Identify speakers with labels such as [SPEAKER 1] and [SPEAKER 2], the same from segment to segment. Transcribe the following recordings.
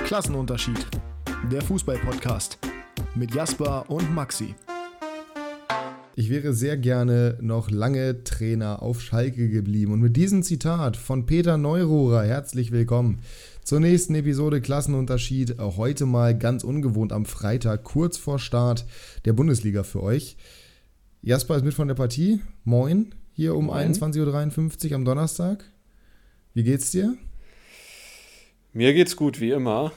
[SPEAKER 1] Klassenunterschied. Der Fußball-Podcast mit Jasper und Maxi.
[SPEAKER 2] Ich wäre sehr gerne noch lange Trainer auf Schalke geblieben. Und mit diesem Zitat von Peter Neururer herzlich willkommen zur nächsten Episode Klassenunterschied. Heute mal ganz ungewohnt am Freitag, kurz vor Start der Bundesliga für euch. Jasper ist mit von der Partie. Moin, hier um 21.53 Uhr am Donnerstag. Wie geht's dir?
[SPEAKER 3] Mir geht's gut, wie immer.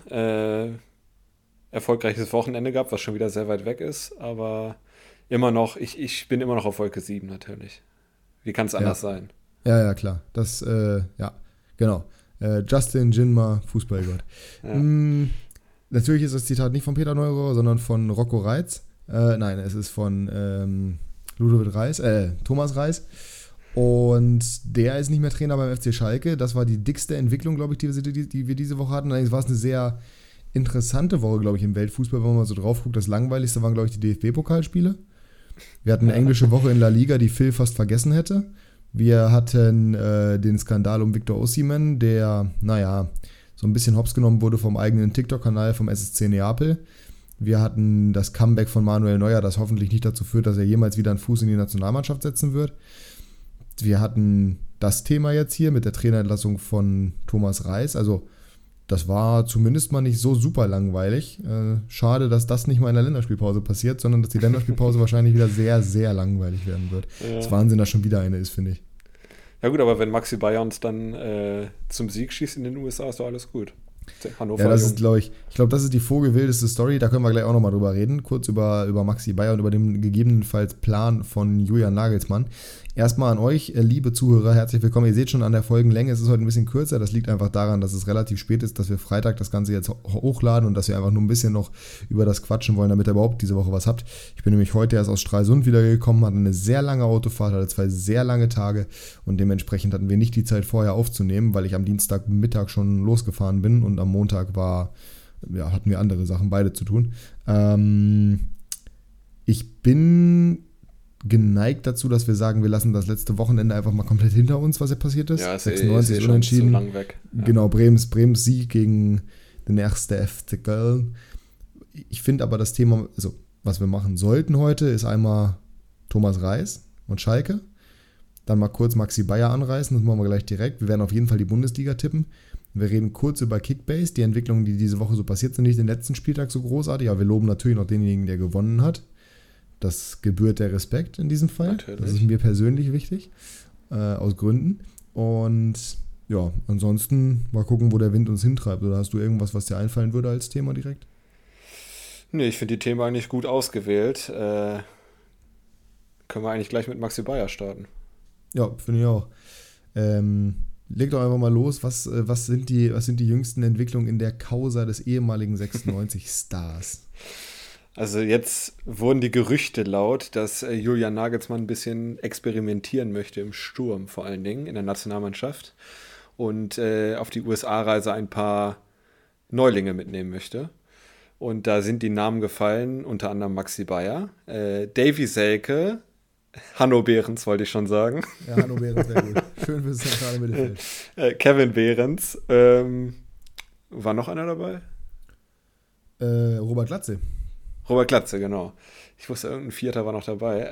[SPEAKER 3] Erfolgreiches Wochenende gehabt, was schon wieder sehr weit weg ist, aber immer noch, ich bin immer noch auf Wolke 7 natürlich. Wie kann es anders sein?
[SPEAKER 2] Ja, klar. Das, genau. Justin Jinma, Fußballgott.
[SPEAKER 3] Ja.
[SPEAKER 2] Natürlich ist das Zitat nicht von Peter Neururer, sondern von Rocco Reitz. Nein, es ist von Ludovic Reis, Thomas Reis. Und der ist nicht mehr Trainer beim FC Schalke. Das war die dickste Entwicklung, glaube ich, die wir diese Woche hatten. Allerdings war es eine sehr interessante Woche, glaube ich, im Weltfußball, wenn man mal so drauf guckt. Das Langweiligste waren, glaube ich, die DFB-Pokalspiele. Wir hatten eine englische Woche in La Liga, die Phil fast vergessen hätte. Wir hatten den Skandal um Victor Osimhen, der, so ein bisschen hops genommen wurde vom eigenen TikTok-Kanal vom SSC Neapel. Wir hatten das Comeback von Manuel Neuer, das hoffentlich nicht dazu führt, dass er jemals wieder einen Fuß in die Nationalmannschaft setzen wird. Wir hatten das Thema jetzt hier mit der Trainerentlassung von Thomas Reis. Also das war zumindest mal nicht so super langweilig. Schade, dass das nicht mal in der Länderspielpause passiert, sondern dass die Länderspielpause wahrscheinlich wieder sehr, sehr langweilig werden wird. Ja. Das ist Wahnsinn, dass schon wieder eine ist, finde ich.
[SPEAKER 3] Ja gut, aber wenn Maxi Bayer uns dann zum Sieg schießt in den USA, ist doch alles gut. Hannover,
[SPEAKER 2] ja, das ist, glaube ich, das ist die vogelwildeste Story, da können wir gleich auch nochmal drüber reden, kurz über Maxi Bayer und über den gegebenenfalls Plan von Julian Nagelsmann. Erstmal an euch, liebe Zuhörer, herzlich willkommen. Ihr seht schon an der Folgenlänge, es ist heute ein bisschen kürzer, das liegt einfach daran, dass es relativ spät ist, dass wir Freitag das Ganze jetzt hochladen und dass wir einfach nur ein bisschen noch über das quatschen wollen, damit ihr überhaupt diese Woche was habt. Ich bin nämlich heute erst aus Stralsund wiedergekommen, hatte eine sehr lange Autofahrt, hatte 2 sehr lange Tage und dementsprechend hatten wir nicht die Zeit vorher aufzunehmen, weil ich am Dienstagmittag schon losgefahren bin und am Montag hatten wir andere Sachen beide zu tun. Ich bin geneigt dazu, dass wir sagen, wir lassen das letzte Wochenende einfach mal komplett hinter uns, was hier passiert ist.
[SPEAKER 3] Ja,
[SPEAKER 2] 96 unentschieden.
[SPEAKER 3] Schon lang weg. Ja.
[SPEAKER 2] Genau, Brems Sieg gegen den 1. FC Köln. Ich finde aber das Thema, also was wir machen sollten heute, ist einmal Thomas Reis und Schalke. Dann mal kurz Maxi Bayer anreißen, das machen wir gleich direkt. Wir werden auf jeden Fall die Bundesliga tippen. Wir reden kurz über Kickbase, die Entwicklungen, die diese Woche so passiert sind, nicht den letzten Spieltag so großartig, aber wir loben natürlich noch denjenigen, der gewonnen hat. Das gebührt der Respekt in diesem Fall. Natürlich. Das ist mir persönlich wichtig, aus Gründen. Und ja, ansonsten mal gucken, wo der Wind uns hintreibt. Oder hast du irgendwas, was dir einfallen würde als Thema direkt?
[SPEAKER 3] Nee, ich finde die Themen eigentlich gut ausgewählt. Können wir eigentlich gleich mit Maxi Bayer starten.
[SPEAKER 2] Ja, finde ich auch. Leg doch einfach mal los. Was sind die jüngsten Entwicklungen in der Causa des ehemaligen 96-Stars?
[SPEAKER 3] Also jetzt wurden die Gerüchte laut, dass Julian Nagelsmann ein bisschen experimentieren möchte im Sturm, vor allen Dingen in der Nationalmannschaft und auf die USA-Reise ein paar Neulinge mitnehmen möchte. Und da sind die Namen gefallen, unter anderem Maxi Bayer, Davy Selke, Hanno Behrens wollte ich schon sagen.
[SPEAKER 2] Ja, Hanno Behrens, sehr gut. Schön fürs zentrale Mittelfeld.
[SPEAKER 3] Kevin Behrens. War noch einer dabei?
[SPEAKER 2] Robert Glatze.
[SPEAKER 3] Robert Glatze, genau. Ich wusste, irgendein Vierter war noch dabei.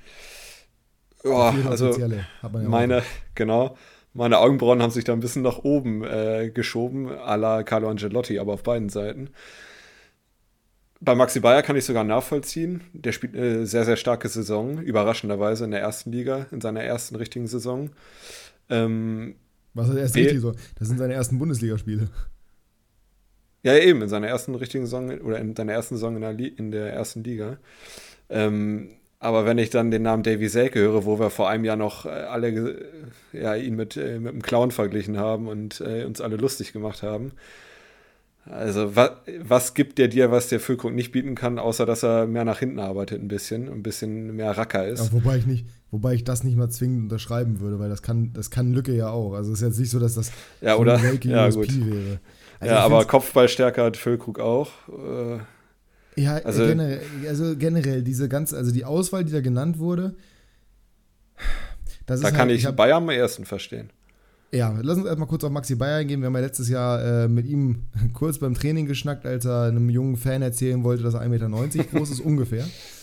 [SPEAKER 3] Meine Augenbrauen haben sich da ein bisschen nach oben geschoben, à la Carlo Ancelotti, aber auf beiden Seiten. Bei Maxi Bayer kann ich sogar nachvollziehen. Der spielt eine sehr, sehr starke Saison, überraschenderweise in der ersten Liga, in seiner ersten richtigen Saison.
[SPEAKER 2] Was heißt erste richtige Saison? Das sind seine ersten Bundesligaspiele.
[SPEAKER 3] Ja, eben, in seiner ersten richtigen Saison oder in seiner ersten Saison in der ersten Liga. Aber wenn ich dann den Namen Davy Selke höre, wo wir vor einem Jahr noch alle ihn mit einem Clown verglichen haben und uns alle lustig gemacht haben. Also was gibt der dir, was der Füllkrug nicht bieten kann, außer dass er mehr nach hinten arbeitet ein bisschen mehr Racker ist.
[SPEAKER 2] Ja, wobei ich das nicht mal zwingend unterschreiben würde, weil das kann Lücke ja auch. Also es ist jetzt nicht so, dass das
[SPEAKER 3] Selke
[SPEAKER 2] USP wäre.
[SPEAKER 3] Also aber Kopfballstärke hat Füllkrug auch.
[SPEAKER 2] Generell diese die Auswahl, die da genannt wurde.
[SPEAKER 3] Da kann ich Bayern am ersten verstehen.
[SPEAKER 2] Ja, lass uns erstmal kurz auf Maxi Bayer eingehen. Wir haben ja letztes Jahr mit ihm kurz beim Training geschnackt, als er einem jungen Fan erzählen wollte, dass er 1,90 Meter groß ist, ungefähr.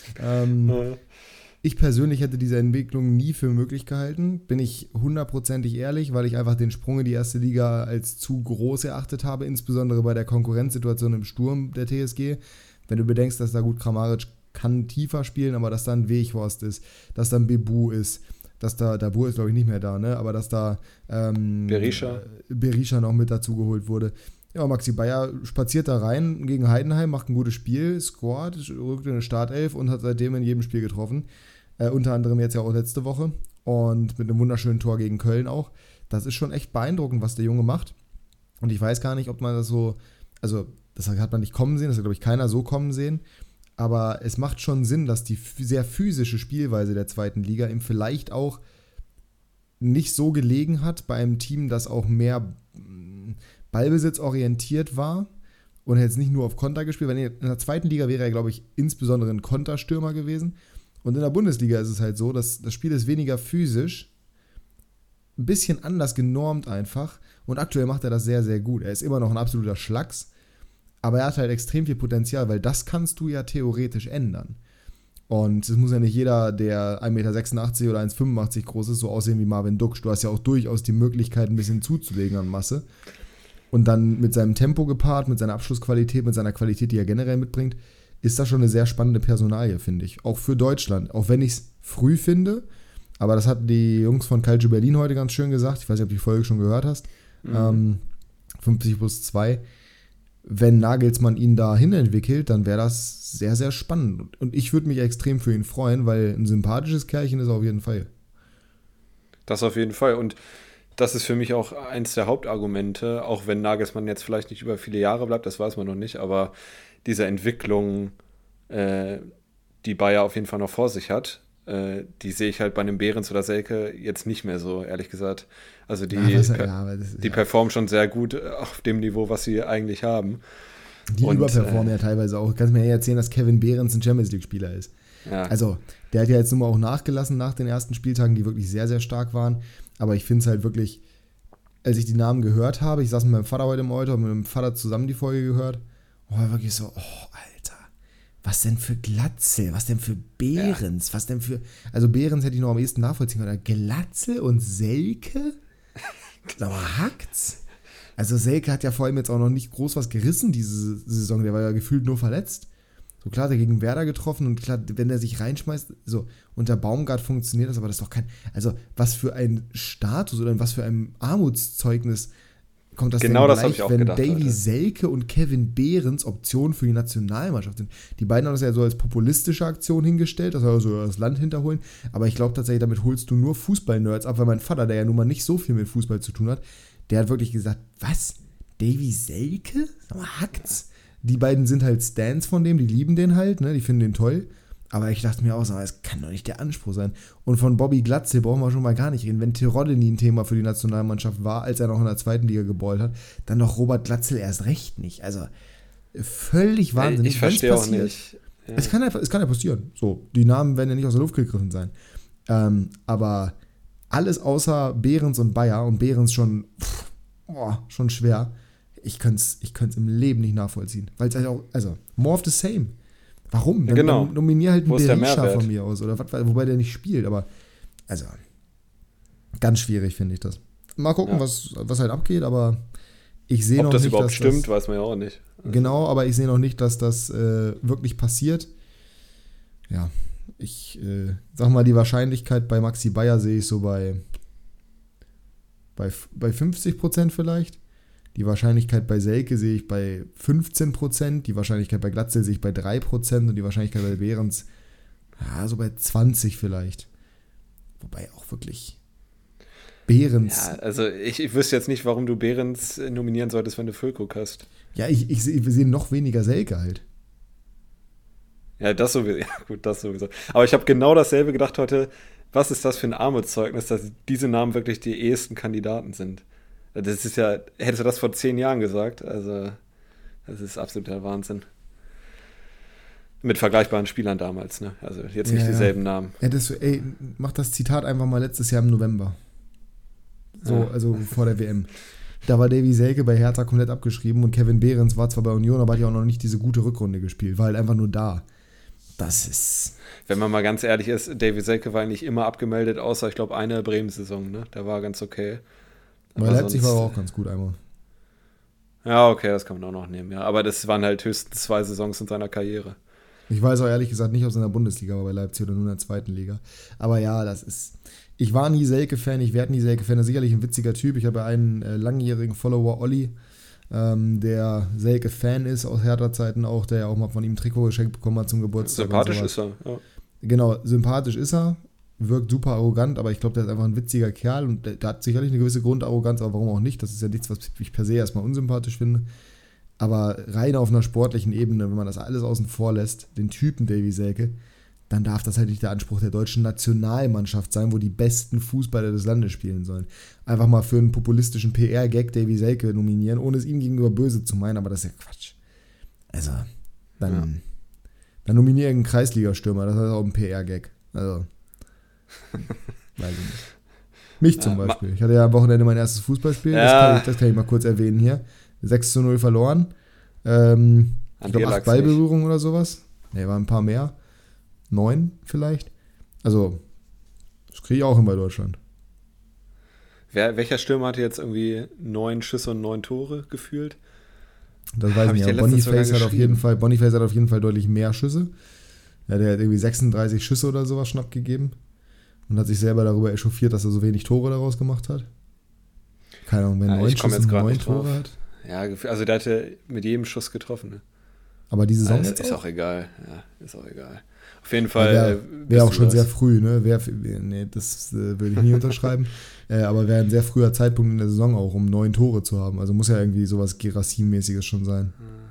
[SPEAKER 2] Ich persönlich hätte diese Entwicklung nie für möglich gehalten, bin ich hundertprozentig ehrlich, weil ich einfach den Sprung in die erste Liga als zu groß erachtet habe, insbesondere bei der Konkurrenzsituation im Sturm der TSG. Wenn du bedenkst, dass da gut Kramaric kann tiefer spielen, aber dass da ein Weghorst ist, dass da ein Bebu ist, dass da Dabur ist, glaube ich, nicht mehr da, ne? Aber dass da Berisha noch mit dazu geholt wurde. Ja, Maxi Bayer spaziert da rein gegen Heidenheim, macht ein gutes Spiel, scored, rückt in eine Startelf und hat seitdem in jedem Spiel getroffen. Unter anderem jetzt ja auch letzte Woche und mit einem wunderschönen Tor gegen Köln auch. Das ist schon echt beeindruckend, was der Junge macht. Und ich weiß gar nicht, ob man das so, also das hat man nicht kommen sehen, das hat, glaube ich, keiner so kommen sehen. Aber es macht schon Sinn, dass die sehr physische Spielweise der zweiten Liga ihm vielleicht auch nicht so gelegen hat bei einem Team, das auch mehr ballbesitzorientiert war und jetzt nicht nur auf Konter gespielt. Weil in der zweiten Liga wäre er, glaube ich, insbesondere ein Konterstürmer gewesen. Und in der Bundesliga ist es halt so, dass das Spiel ist weniger physisch, ein bisschen anders genormt einfach. Und aktuell macht er das sehr, sehr gut. Er ist immer noch ein absoluter Schlacks, aber er hat halt extrem viel Potenzial, weil das kannst du ja theoretisch ändern. Und es muss ja nicht jeder, der 1,86 Meter oder 1,85 Meter groß ist, so aussehen wie Marvin Duksch. Du hast ja auch durchaus die Möglichkeit, ein bisschen zuzulegen an Masse. Und dann mit seinem Tempo gepaart, mit seiner Abschlussqualität, mit seiner Qualität, die er generell mitbringt, ist das schon eine sehr spannende Personalie, finde ich. Auch für Deutschland. Auch wenn ich es früh finde, aber das hatten die Jungs von Calcio Berlin heute ganz schön gesagt. Ich weiß nicht, ob du die Folge schon gehört hast. 50+2. Wenn Nagelsmann ihn dahin entwickelt, dann wäre das sehr, sehr spannend. Und ich würde mich extrem für ihn freuen, weil ein sympathisches Kerlchen ist er auf jeden Fall.
[SPEAKER 3] Das auf jeden Fall. Und das ist für mich auch eins der Hauptargumente, auch wenn Nagelsmann jetzt vielleicht nicht über viele Jahre bleibt, das weiß man noch nicht, aber diese Entwicklung, die Bayer auf jeden Fall noch vor sich hat, die sehe ich halt bei einem Behrens oder Selke jetzt nicht mehr so, ehrlich gesagt. Also die performen schon sehr gut auf dem Niveau, was sie eigentlich haben.
[SPEAKER 2] Die überperformen ja teilweise auch. Kannst mir ja erzählen, dass Kevin Behrens ein Champions-League-Spieler ist. Ja. Also, der hat ja jetzt nun mal auch nachgelassen nach den ersten Spieltagen, die wirklich sehr, sehr stark waren. Aber ich finde es halt wirklich, als ich die Namen gehört habe, ich saß mit meinem Vater heute im Auto, habe mit meinem Vater zusammen die Folge gehört, wirklich so, Alter, was denn für Glatzel, was denn für Behrens, was denn für, also Behrens hätte ich noch am ehesten nachvollziehen können, Glatzel und Selke? Sag mal, hackt's? Also Selke hat ja vor allem jetzt auch noch nicht groß was gerissen diese Saison, der war ja gefühlt nur verletzt. So klar, der gegen Werder getroffen und klar, wenn der sich reinschmeißt, so unter Baumgart funktioniert das, aber das ist doch kein, also was für ein Status oder was für ein Armutszeugnis kommt das
[SPEAKER 3] genau
[SPEAKER 2] denn
[SPEAKER 3] gleich, das
[SPEAKER 2] wenn
[SPEAKER 3] gedacht,
[SPEAKER 2] Davy Selke und Kevin Behrens Optionen für die Nationalmannschaft sind. Die beiden haben das ja so als populistische Aktion hingestellt, also das Land hinterholen, aber ich glaube tatsächlich, damit holst du nur Fußball-Nerds ab, weil mein Vater, der ja nun mal nicht so viel mit Fußball zu tun hat, der hat wirklich gesagt, was? Davy Selke? Sag mal, hackt's? Die beiden sind halt Stans von dem, die lieben den halt, ne? Die finden den toll. Aber ich dachte mir auch, es kann doch nicht der Anspruch sein. Und von Bobby Glatzel brauchen wir schon mal gar nicht reden. Wenn Terodde nie ein Thema für die Nationalmannschaft war, als er noch in der zweiten Liga geballt hat, dann doch Robert Glatzel erst recht nicht. Also völlig wahnsinnig.
[SPEAKER 3] Ich verstehe auch nicht.
[SPEAKER 2] Ja. Es kann ja passieren. So, die Namen werden ja nicht aus der Luft gegriffen sein. Aber alles außer Behrens und Bayer und Behrens schon schwer. Ich könnte es im Leben nicht nachvollziehen. Weil es halt auch, also, more of the same. Warum? Dann nominier halt einen Berisha von mir aus. Oder was, wobei der nicht spielt. Aber, also, ganz schwierig finde ich das. Mal gucken, was halt abgeht. Aber ich sehe noch nicht,
[SPEAKER 3] ob das überhaupt stimmt, weiß man ja auch nicht.
[SPEAKER 2] Genau, aber ich sehe noch nicht, dass das wirklich passiert. Ja, ich sag mal, die Wahrscheinlichkeit bei Maxi Bayer sehe ich so bei 50% vielleicht. Die Wahrscheinlichkeit bei Selke sehe ich bei 15%, die Wahrscheinlichkeit bei Glatzel sehe ich bei 3% und die Wahrscheinlichkeit bei Behrens so bei 20 vielleicht. Wobei auch wirklich Behrens.
[SPEAKER 3] Ja, also ich wüsste jetzt nicht, warum du Behrens nominieren solltest, wenn du Füllkrug hast.
[SPEAKER 2] Ja, wir sehen noch weniger Selke halt.
[SPEAKER 3] Ja, das sowieso. Ja, gut, das sowieso. Aber ich habe genau dasselbe gedacht heute. Was ist das für ein Armutszeugnis, dass diese Namen wirklich die ehesten Kandidaten sind? Das ist ja, hättest du das vor 10 Jahren gesagt, also das ist absoluter Wahnsinn. Mit vergleichbaren Spielern damals, ne? Also jetzt nicht dieselben Namen.
[SPEAKER 2] Ja, mach das Zitat einfach mal letztes Jahr im November. Also vor der WM. Da war Davy Selke bei Hertha komplett abgeschrieben und Kevin Behrens war zwar bei Union, aber hat ja auch noch nicht diese gute Rückrunde gespielt, war halt einfach nur da. Das ist...
[SPEAKER 3] Wenn man mal ganz ehrlich ist, Davy Selke war eigentlich immer abgemeldet, außer, ich glaube, eine Bremen-Saison, ne? Der war ganz okay.
[SPEAKER 2] Bei Leipzig war er auch ganz gut einmal.
[SPEAKER 3] Ja, okay, das kann man auch noch nehmen, ja. Aber das waren halt höchstens 2 Saisons in seiner Karriere.
[SPEAKER 2] Ich weiß auch ehrlich gesagt nicht, ob es in der Bundesliga war bei Leipzig oder nur in der zweiten Liga. Aber ja, das ist... Ich war nie Selke-Fan, ich werde nie Selke-Fan. Er ist sicherlich ein witziger Typ. Ich habe einen langjährigen Follower, Olli, der Selke-Fan ist aus Hertha-Zeiten auch, der ja auch mal von ihm ein Trikot geschenkt bekommen hat zum Geburtstag.
[SPEAKER 3] Sympathisch ist er, ja.
[SPEAKER 2] Genau, sympathisch ist er, wirkt super arrogant, aber ich glaube, der ist einfach ein witziger Kerl und der hat sicherlich eine gewisse Grundarroganz, aber warum auch nicht? Das ist ja nichts, was ich per se erstmal unsympathisch finde. Aber rein auf einer sportlichen Ebene, wenn man das alles außen vor lässt, den Typen Davy Selke, dann darf das halt nicht der Anspruch der deutschen Nationalmannschaft sein, wo die besten Fußballer des Landes spielen sollen. Einfach mal für einen populistischen PR-Gag Davy Selke nominieren, ohne es ihm gegenüber böse zu meinen, aber das ist ja Quatsch. Also, dann nominiere ich einen Kreisligastürmer, das ist auch ein PR-Gag. Also, weiß ich nicht. Mich zum Beispiel. Ich hatte ja am Wochenende mein erstes Fußballspiel, das kann ich mal kurz erwähnen hier. 6-0 verloren. Ich glaube 8 Ballberührungen oder sowas. Ne, waren ein paar mehr. 9 vielleicht. Also, das kriege ich auch hin bei Deutschland.
[SPEAKER 3] Welcher Stürmer hatte jetzt irgendwie 9 Schüsse und 9 Tore gefühlt?
[SPEAKER 2] Das weiß ich nicht. Boniface hat auf jeden Fall deutlich mehr Schüsse. Ja, der hat irgendwie 36 Schüsse oder sowas schon abgegeben. Und hat sich selber darüber echauffiert, dass er so wenig Tore daraus gemacht hat. Keine Ahnung, wenn 9 Schüsse und 9 Tore hat.
[SPEAKER 3] Ja, also der hatte mit jedem Schuss getroffen. Ne?
[SPEAKER 2] Aber diese Saison
[SPEAKER 3] jetzt ist auch egal. Ja, ist auch egal. Auf jeden Fall.
[SPEAKER 2] Wäre auch schon sehr früh, ne? Das würde ich nie unterschreiben. Aber wäre ein sehr früher Zeitpunkt in der Saison auch, um 9 Tore zu haben. Also muss ja irgendwie sowas Gerassim-mäßiges schon sein.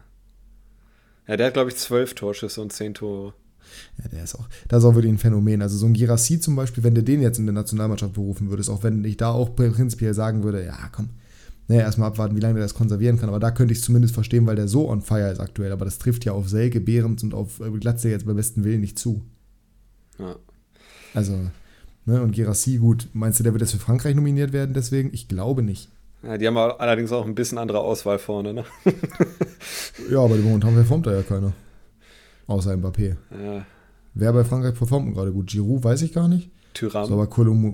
[SPEAKER 3] Ja, der hat, glaube ich, 12 Torschüsse und 10 Tore.
[SPEAKER 2] Ja, das ist auch wirklich ein Phänomen. Also so ein Guirassy zum Beispiel, wenn du den jetzt in der Nationalmannschaft berufen würdest, auch wenn ich da auch prinzipiell sagen würde, ja, komm, erstmal abwarten, wie lange der das konservieren kann. Aber da könnte ich es zumindest verstehen, weil der so on fire ist aktuell. Aber das trifft ja auf Selke, Behrens und auf Glatze jetzt beim besten Willen nicht zu.
[SPEAKER 3] Ja.
[SPEAKER 2] Also, und Guirassy, gut, meinst du, der wird jetzt für Frankreich nominiert werden deswegen? Ich glaube nicht.
[SPEAKER 3] Ja, die haben allerdings auch ein bisschen andere Auswahl vorne, ne?
[SPEAKER 2] Ja, aber momentan performt da ja keiner. Außer Mbappé.
[SPEAKER 3] Ja.
[SPEAKER 2] Wer bei Frankreich performt gerade gut? Giroud weiß ich gar nicht.
[SPEAKER 3] Thuram.
[SPEAKER 2] So, aber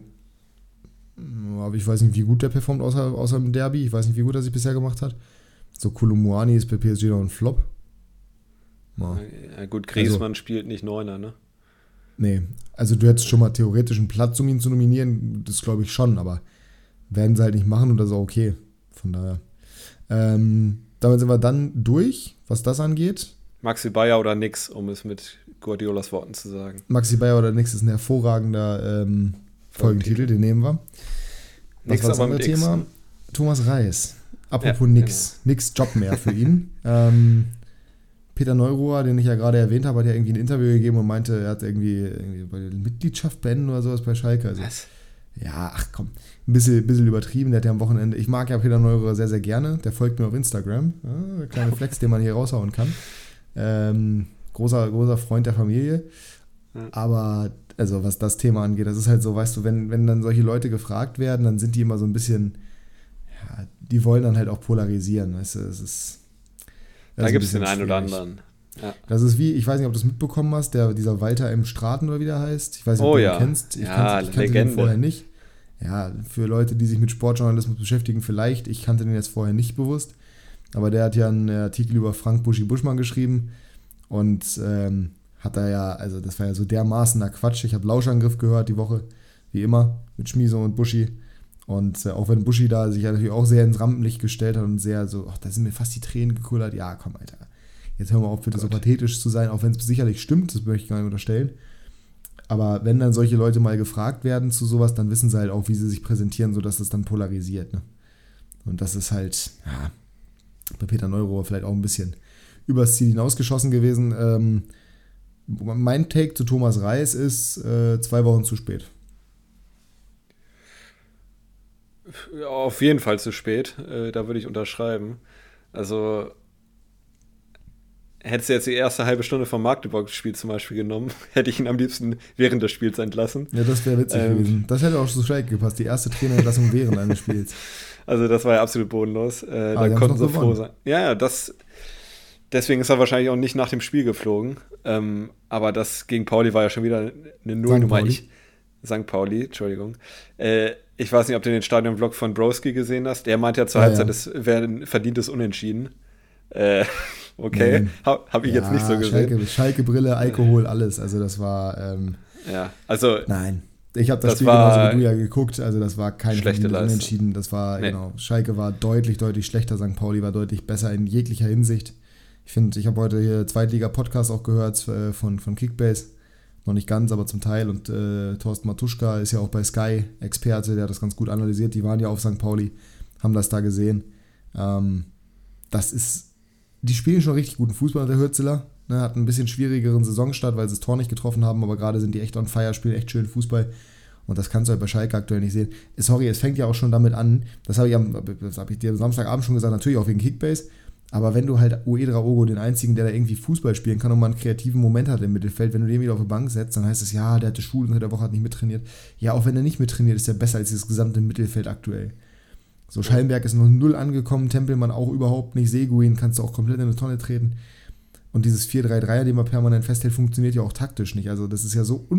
[SPEAKER 2] aber ich weiß nicht, wie gut der performt, außer im Derby. Ich weiß nicht, wie gut er sich bisher gemacht hat. So, Koulibaly ist bei PSG noch ein Flop.
[SPEAKER 3] Ja, gut, Griezmann spielt nicht Neuner, ne?
[SPEAKER 2] Nee, also du hättest schon mal theoretisch einen Platz, um ihn zu nominieren. Das glaube ich schon, aber werden sie halt nicht machen und das ist auch okay. Von daher. Damit sind wir dann durch, was das angeht.
[SPEAKER 3] Maxi Bayer oder nix, um es mit Guardiolas Worten zu sagen.
[SPEAKER 2] Maxi Bayer oder nix ist ein hervorragender Folgentitel, den nehmen wir. Was war das andere Thema? Ne? Thomas Reis. Apropos nix. Genau. Nix Job mehr für ihn. Peter Neururer, den ich ja gerade erwähnt habe, hat ja irgendwie ein Interview gegeben und meinte, er hat irgendwie bei der Mitgliedschaft beenden oder sowas bei Schalke. Also, was? Ja, ach komm, ein bisschen übertrieben. Der hat ja am Wochenende, ich mag ja Peter Neururer sehr, sehr gerne. Der folgt mir auf Instagram. Ja, der kleine Flex, den man hier raushauen kann. Großer Freund der Familie. Aber, also was das Thema angeht, das ist halt so, weißt du, wenn dann solche Leute gefragt werden, dann sind die immer so ein bisschen, ja, die wollen dann halt auch polarisieren, weißt du, es ist...
[SPEAKER 3] Da gibt es den einen oder anderen.
[SPEAKER 2] Ja. Das ist wie, ich weiß nicht, ob du es mitbekommen hast, dieser Walter M. Straten oder wie der heißt. Ich weiß nicht, ob du ihn kennst. Ich kannte den vorher nicht. Ja, für Leute, die sich mit Sportjournalismus beschäftigen, vielleicht. Ich kannte den jetzt vorher nicht bewusst. Aber der hat ja einen Artikel über Frank Buschi-Buschmann geschrieben und hat da ja, also das war ja so dermaßener Quatsch. Ich habe Lauschangriff gehört die Woche, wie immer, mit Schmieso und Buschi. Und auch wenn Buschi da sich ja natürlich auch sehr ins Rampenlicht gestellt hat und sehr so, ach, da sind mir fast die Tränen gekullert. Ja, komm, Alter. Jetzt hören wir auf, bitte so pathetisch zu sein, auch wenn es sicherlich stimmt, das möchte ich gar nicht unterstellen. Aber wenn dann solche Leute mal gefragt werden zu sowas, dann wissen sie halt auch, wie sie sich präsentieren, sodass das dann polarisiert. Ne? Und das ist halt, ja, bei Peter Neururer vielleicht auch ein bisschen übers Ziel hinausgeschossen gewesen. Mein Take zu Thomas Reis ist 2 Wochen zu spät.
[SPEAKER 3] Auf jeden Fall zu spät, da würde ich unterschreiben. Also hättest du jetzt die erste halbe Stunde vom Magdeburg-Spiel zum Beispiel genommen, hätte ich ihn am liebsten während des Spiels entlassen.
[SPEAKER 2] Ja, das wäre witzig gewesen. Das hätte auch zu Schalke gepasst, die erste Trainerentlassung während eines Spiels.
[SPEAKER 3] Also das war ja absolut bodenlos. Da konnten sie froh sein. Ja, deswegen ist er wahrscheinlich auch nicht nach dem Spiel geflogen. Aber das gegen Pauli war ja schon wieder eine Nullnummer. St. Pauli, Entschuldigung. Ich weiß nicht, ob du den Stadion-Vlog von Broski gesehen hast. Der meint ja zur Halbzeit, es wäre ein verdientes Unentschieden. Okay, habe ich jetzt nicht so gesehen.
[SPEAKER 2] Schalke-Brille, Alkohol, alles. Also das war... Nein. Ich habe das Spiel genauso wie du ja geguckt, also das war kein
[SPEAKER 3] schlechte Leistung.
[SPEAKER 2] Unentschieden. Das war, genau, Schalke war deutlich, deutlich schlechter, St. Pauli war deutlich besser in jeglicher Hinsicht. Ich habe heute hier Zweitliga-Podcast auch gehört von Kickbase. Noch nicht ganz, aber zum Teil. Und Thorsten Matuschka ist ja auch bei Sky Experte, der hat das ganz gut analysiert. Die waren ja auf St. Pauli, haben das da gesehen. Die spielen schon richtig guten Fußball, der Hürzeler. Ne, hat ein bisschen schwierigeren Saisonstart, weil sie das Tor nicht getroffen haben, aber gerade sind die echt on fire, spielen echt schön Fußball. Und das kannst du halt bei Schalke aktuell nicht sehen. Sorry, es fängt ja auch schon damit an, das habe ich dir am Samstagabend schon gesagt, natürlich auch wegen Kickbase, aber wenn du halt Uedraogo, den einzigen, der da irgendwie Fußball spielen kann und mal einen kreativen Moment hat im Mittelfeld, wenn du den wieder auf die Bank setzt, dann heißt es, ja, der hatte Schule unter der Woche, hat nicht mittrainiert. Ja, auch wenn er nicht mittrainiert, ist er besser als das gesamte Mittelfeld aktuell. So, Schallenberg ist noch 0 angekommen, Tempelmann auch überhaupt nicht, Seguin kannst du auch komplett in eine Tonne treten. Und dieses 4-3-3, an dem man permanent festhält, funktioniert ja auch taktisch nicht. Also das ist ja so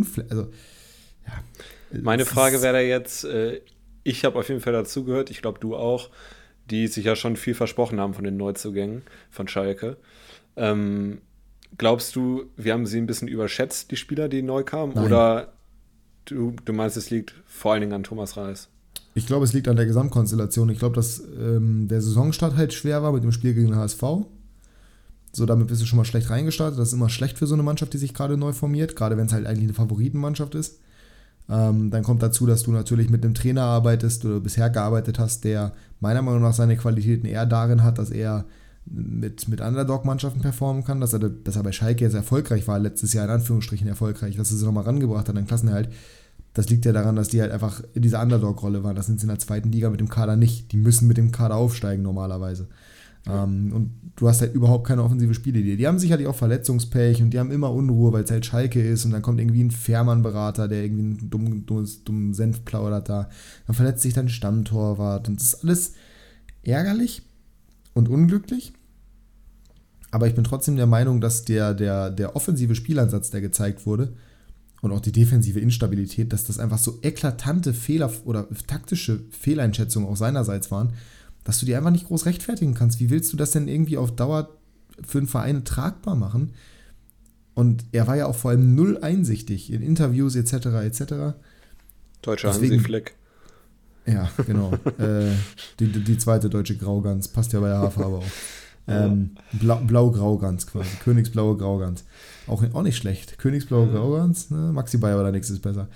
[SPEAKER 3] Meine Frage wäre da jetzt, ich habe auf jeden Fall dazugehört, ich glaube du auch, die sich ja schon viel versprochen haben von den Neuzugängen von Schalke. Glaubst du, wir haben sie ein bisschen überschätzt, die Spieler, die neu kamen?
[SPEAKER 2] Nein.
[SPEAKER 3] Oder du meinst, es liegt vor allen Dingen an Thomas Reis?
[SPEAKER 2] Ich glaube, es liegt an der Gesamtkonstellation. Ich glaube, dass der Saisonstart halt schwer war mit dem Spiel gegen den HSV. So, damit bist du schon mal schlecht reingestartet. Das ist immer schlecht für so eine Mannschaft, die sich gerade neu formiert, gerade wenn es halt eigentlich eine Favoritenmannschaft ist. Dann kommt dazu, dass du natürlich mit einem Trainer arbeitest oder bisher gearbeitet hast, der meiner Meinung nach seine Qualitäten eher darin hat, dass er mit Underdog-Mannschaften performen kann, dass er bei Schalke jetzt erfolgreich war, letztes Jahr in Anführungsstrichen erfolgreich, dass er sie nochmal rangebracht hat, dann Klassenerhalt. Das liegt ja daran, dass die halt einfach in dieser Underdog-Rolle waren. Das sind sie in der zweiten Liga mit dem Kader nicht. Die müssen mit dem Kader aufsteigen normalerweise. Und du hast halt überhaupt keine offensive Spielidee. Die haben sicherlich auch Verletzungspech und die haben immer Unruhe, weil es halt Schalke ist und dann kommt irgendwie ein Fährmann-Berater, der irgendwie einen dummen Senf plaudert da. Dann verletzt sich dein Stammtorwart und das ist alles ärgerlich und unglücklich. Aber ich bin trotzdem der Meinung, dass der offensive Spielansatz, der gezeigt wurde und auch die defensive Instabilität, dass das einfach so eklatante Fehler oder taktische Fehleinschätzungen auch seinerseits waren, dass du die einfach nicht groß rechtfertigen kannst. Wie willst du das denn irgendwie auf Dauer für einen Verein tragbar machen? Und er war ja auch vor allem null einsichtig in Interviews etc.
[SPEAKER 3] Deutscher Hansi Flick.
[SPEAKER 2] Ja, genau. Die zweite deutsche Graugans, passt ja bei der Haarfarbe auch. Blau-Grau-Gans quasi, königsblaue Graugans. Auch nicht schlecht. Königsblaue Graugans, ne? Maxi Bayer oder nichts ist besser.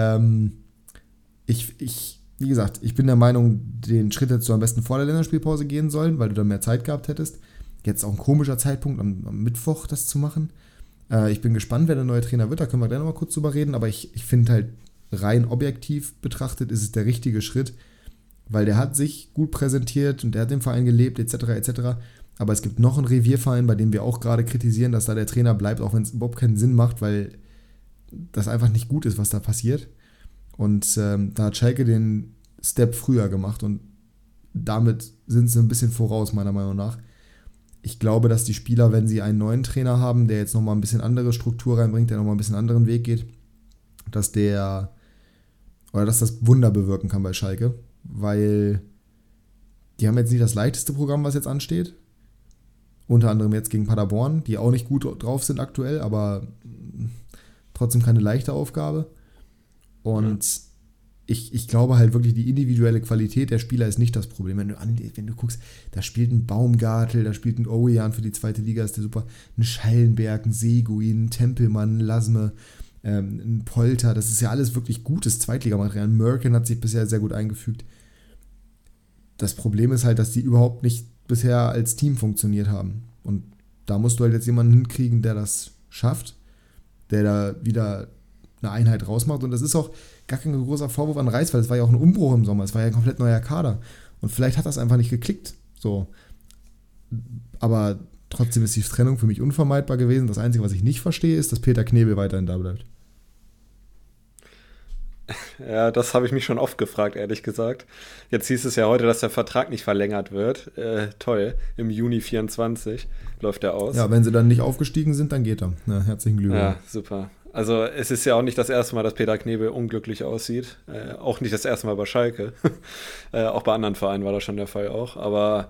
[SPEAKER 2] Wie gesagt, ich bin der Meinung, den Schritt hättest du am besten vor der Länderspielpause gehen sollen, weil du dann mehr Zeit gehabt hättest. Jetzt auch ein komischer Zeitpunkt, am Mittwoch das zu machen. Ich bin gespannt, wer der neue Trainer wird, da können wir gleich nochmal kurz drüber reden, aber ich finde halt, rein objektiv betrachtet ist es der richtige Schritt, weil der hat sich gut präsentiert und der hat im Verein gelebt, etc. Aber es gibt noch einen Revierverein, bei dem wir auch gerade kritisieren, dass da der Trainer bleibt, auch wenn es überhaupt keinen Sinn macht, weil das einfach nicht gut ist, was da passiert. Und da hat Schalke den Step früher gemacht und damit sind sie ein bisschen voraus, meiner Meinung nach. Ich glaube, dass die Spieler, wenn sie einen neuen Trainer haben, der jetzt nochmal ein bisschen andere Struktur reinbringt, der nochmal ein bisschen anderen Weg geht, dass das Wunder bewirken kann bei Schalke, weil die haben jetzt nicht das leichteste Programm, was jetzt ansteht. Unter anderem jetzt gegen Paderborn, die auch nicht gut drauf sind aktuell, aber trotzdem keine leichte Aufgabe. Und ich glaube halt wirklich, die individuelle Qualität der Spieler ist nicht das Problem. Wenn du guckst, da spielt ein Baumgartel, da spielt ein Owejan für die zweite Liga, ist der super. Ein Schallenberg, ein Seguin, ein Tempelmann, ein Lasme, ein Polter, das ist ja alles wirklich gutes Zweitligamaterial. Merkin hat sich bisher sehr gut eingefügt. Das Problem ist halt, dass die überhaupt nicht bisher als Team funktioniert haben. Und da musst du halt jetzt jemanden hinkriegen, der das schafft, der da wieder eine Einheit rausmacht. Und das ist auch gar kein großer Vorwurf an Reis, weil es war ja auch ein Umbruch im Sommer. Es war ja ein komplett neuer Kader. Und vielleicht hat das einfach nicht geklickt. So. Aber Trotzdem ist die Trennung für mich unvermeidbar gewesen. Das Einzige, was ich nicht verstehe, ist, dass Peter Knebel weiterhin da bleibt.
[SPEAKER 3] Ja, das habe ich mich schon oft gefragt, ehrlich gesagt. Jetzt hieß es ja heute, dass der Vertrag nicht verlängert wird. Toll, im Juni 24 läuft er aus.
[SPEAKER 2] Ja, wenn sie dann nicht aufgestiegen sind, dann geht er. Ja, herzlichen Glückwunsch.
[SPEAKER 3] Ja, super. Also es ist ja auch nicht das erste Mal, dass Peter Knebel unglücklich aussieht. Auch nicht das erste Mal bei Schalke. Auch bei anderen Vereinen war das schon der Fall auch. Aber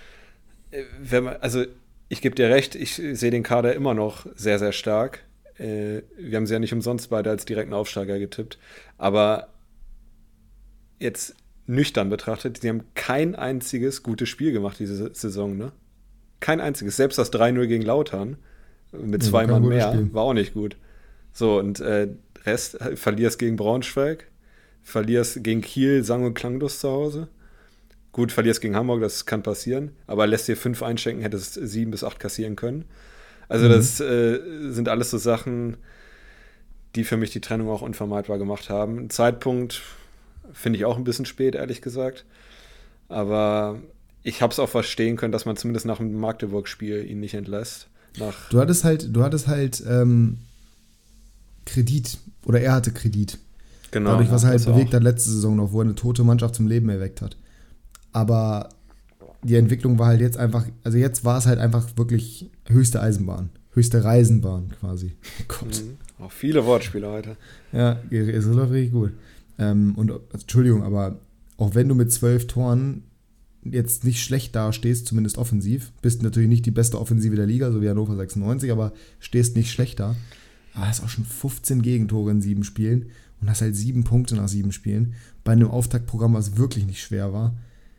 [SPEAKER 3] ich gebe dir recht, ich sehe den Kader immer noch sehr, sehr stark. Wir haben sie ja nicht umsonst beide als direkten Aufsteiger getippt. Aber jetzt nüchtern betrachtet, sie haben kein einziges gutes Spiel gemacht diese Saison, ne? Kein einziges. Selbst das 3-0 gegen Lautern mit 2 Mann mehr Spiel. War auch nicht gut. So, und Rest, verlierst gegen Braunschweig, verlierst gegen Kiel, sang- und klanglos zu Hause. Gut, verlierst gegen Hamburg, das kann passieren, aber lässt dir 5 einschenken, hättest 7 bis 8 kassieren können. Also das sind alles so Sachen, die für mich die Trennung auch unvermeidbar gemacht haben. Ein Zeitpunkt finde ich auch ein bisschen spät, ehrlich gesagt. Aber ich habe es auch verstehen können, dass man zumindest nach dem Magdeburg-Spiel ihn nicht entlässt.
[SPEAKER 2] Du hattest halt Kredit, oder er hatte Kredit.
[SPEAKER 3] Genau.
[SPEAKER 2] Dadurch, was er halt bewegt hat letzte Saison noch, wo er eine tote Mannschaft zum Leben erweckt hat. Aber die Entwicklung war halt jetzt einfach, also jetzt war es halt einfach wirklich höchste Eisenbahn, höchste Reisenbahn quasi. Oh Gott.
[SPEAKER 3] Auch viele Wortspiele heute.
[SPEAKER 2] Ja, es läuft richtig gut. Und Entschuldigung, aber auch wenn du mit 12 Toren jetzt nicht schlecht dastehst, zumindest offensiv, bist natürlich nicht die beste Offensive der Liga, so wie Hannover 96, aber stehst nicht schlecht da. Aber hast auch schon 15 Gegentore in 7 Spielen und hast halt 7 Punkte nach 7 Spielen. Bei einem Auftaktprogramm, was wirklich nicht schwer war.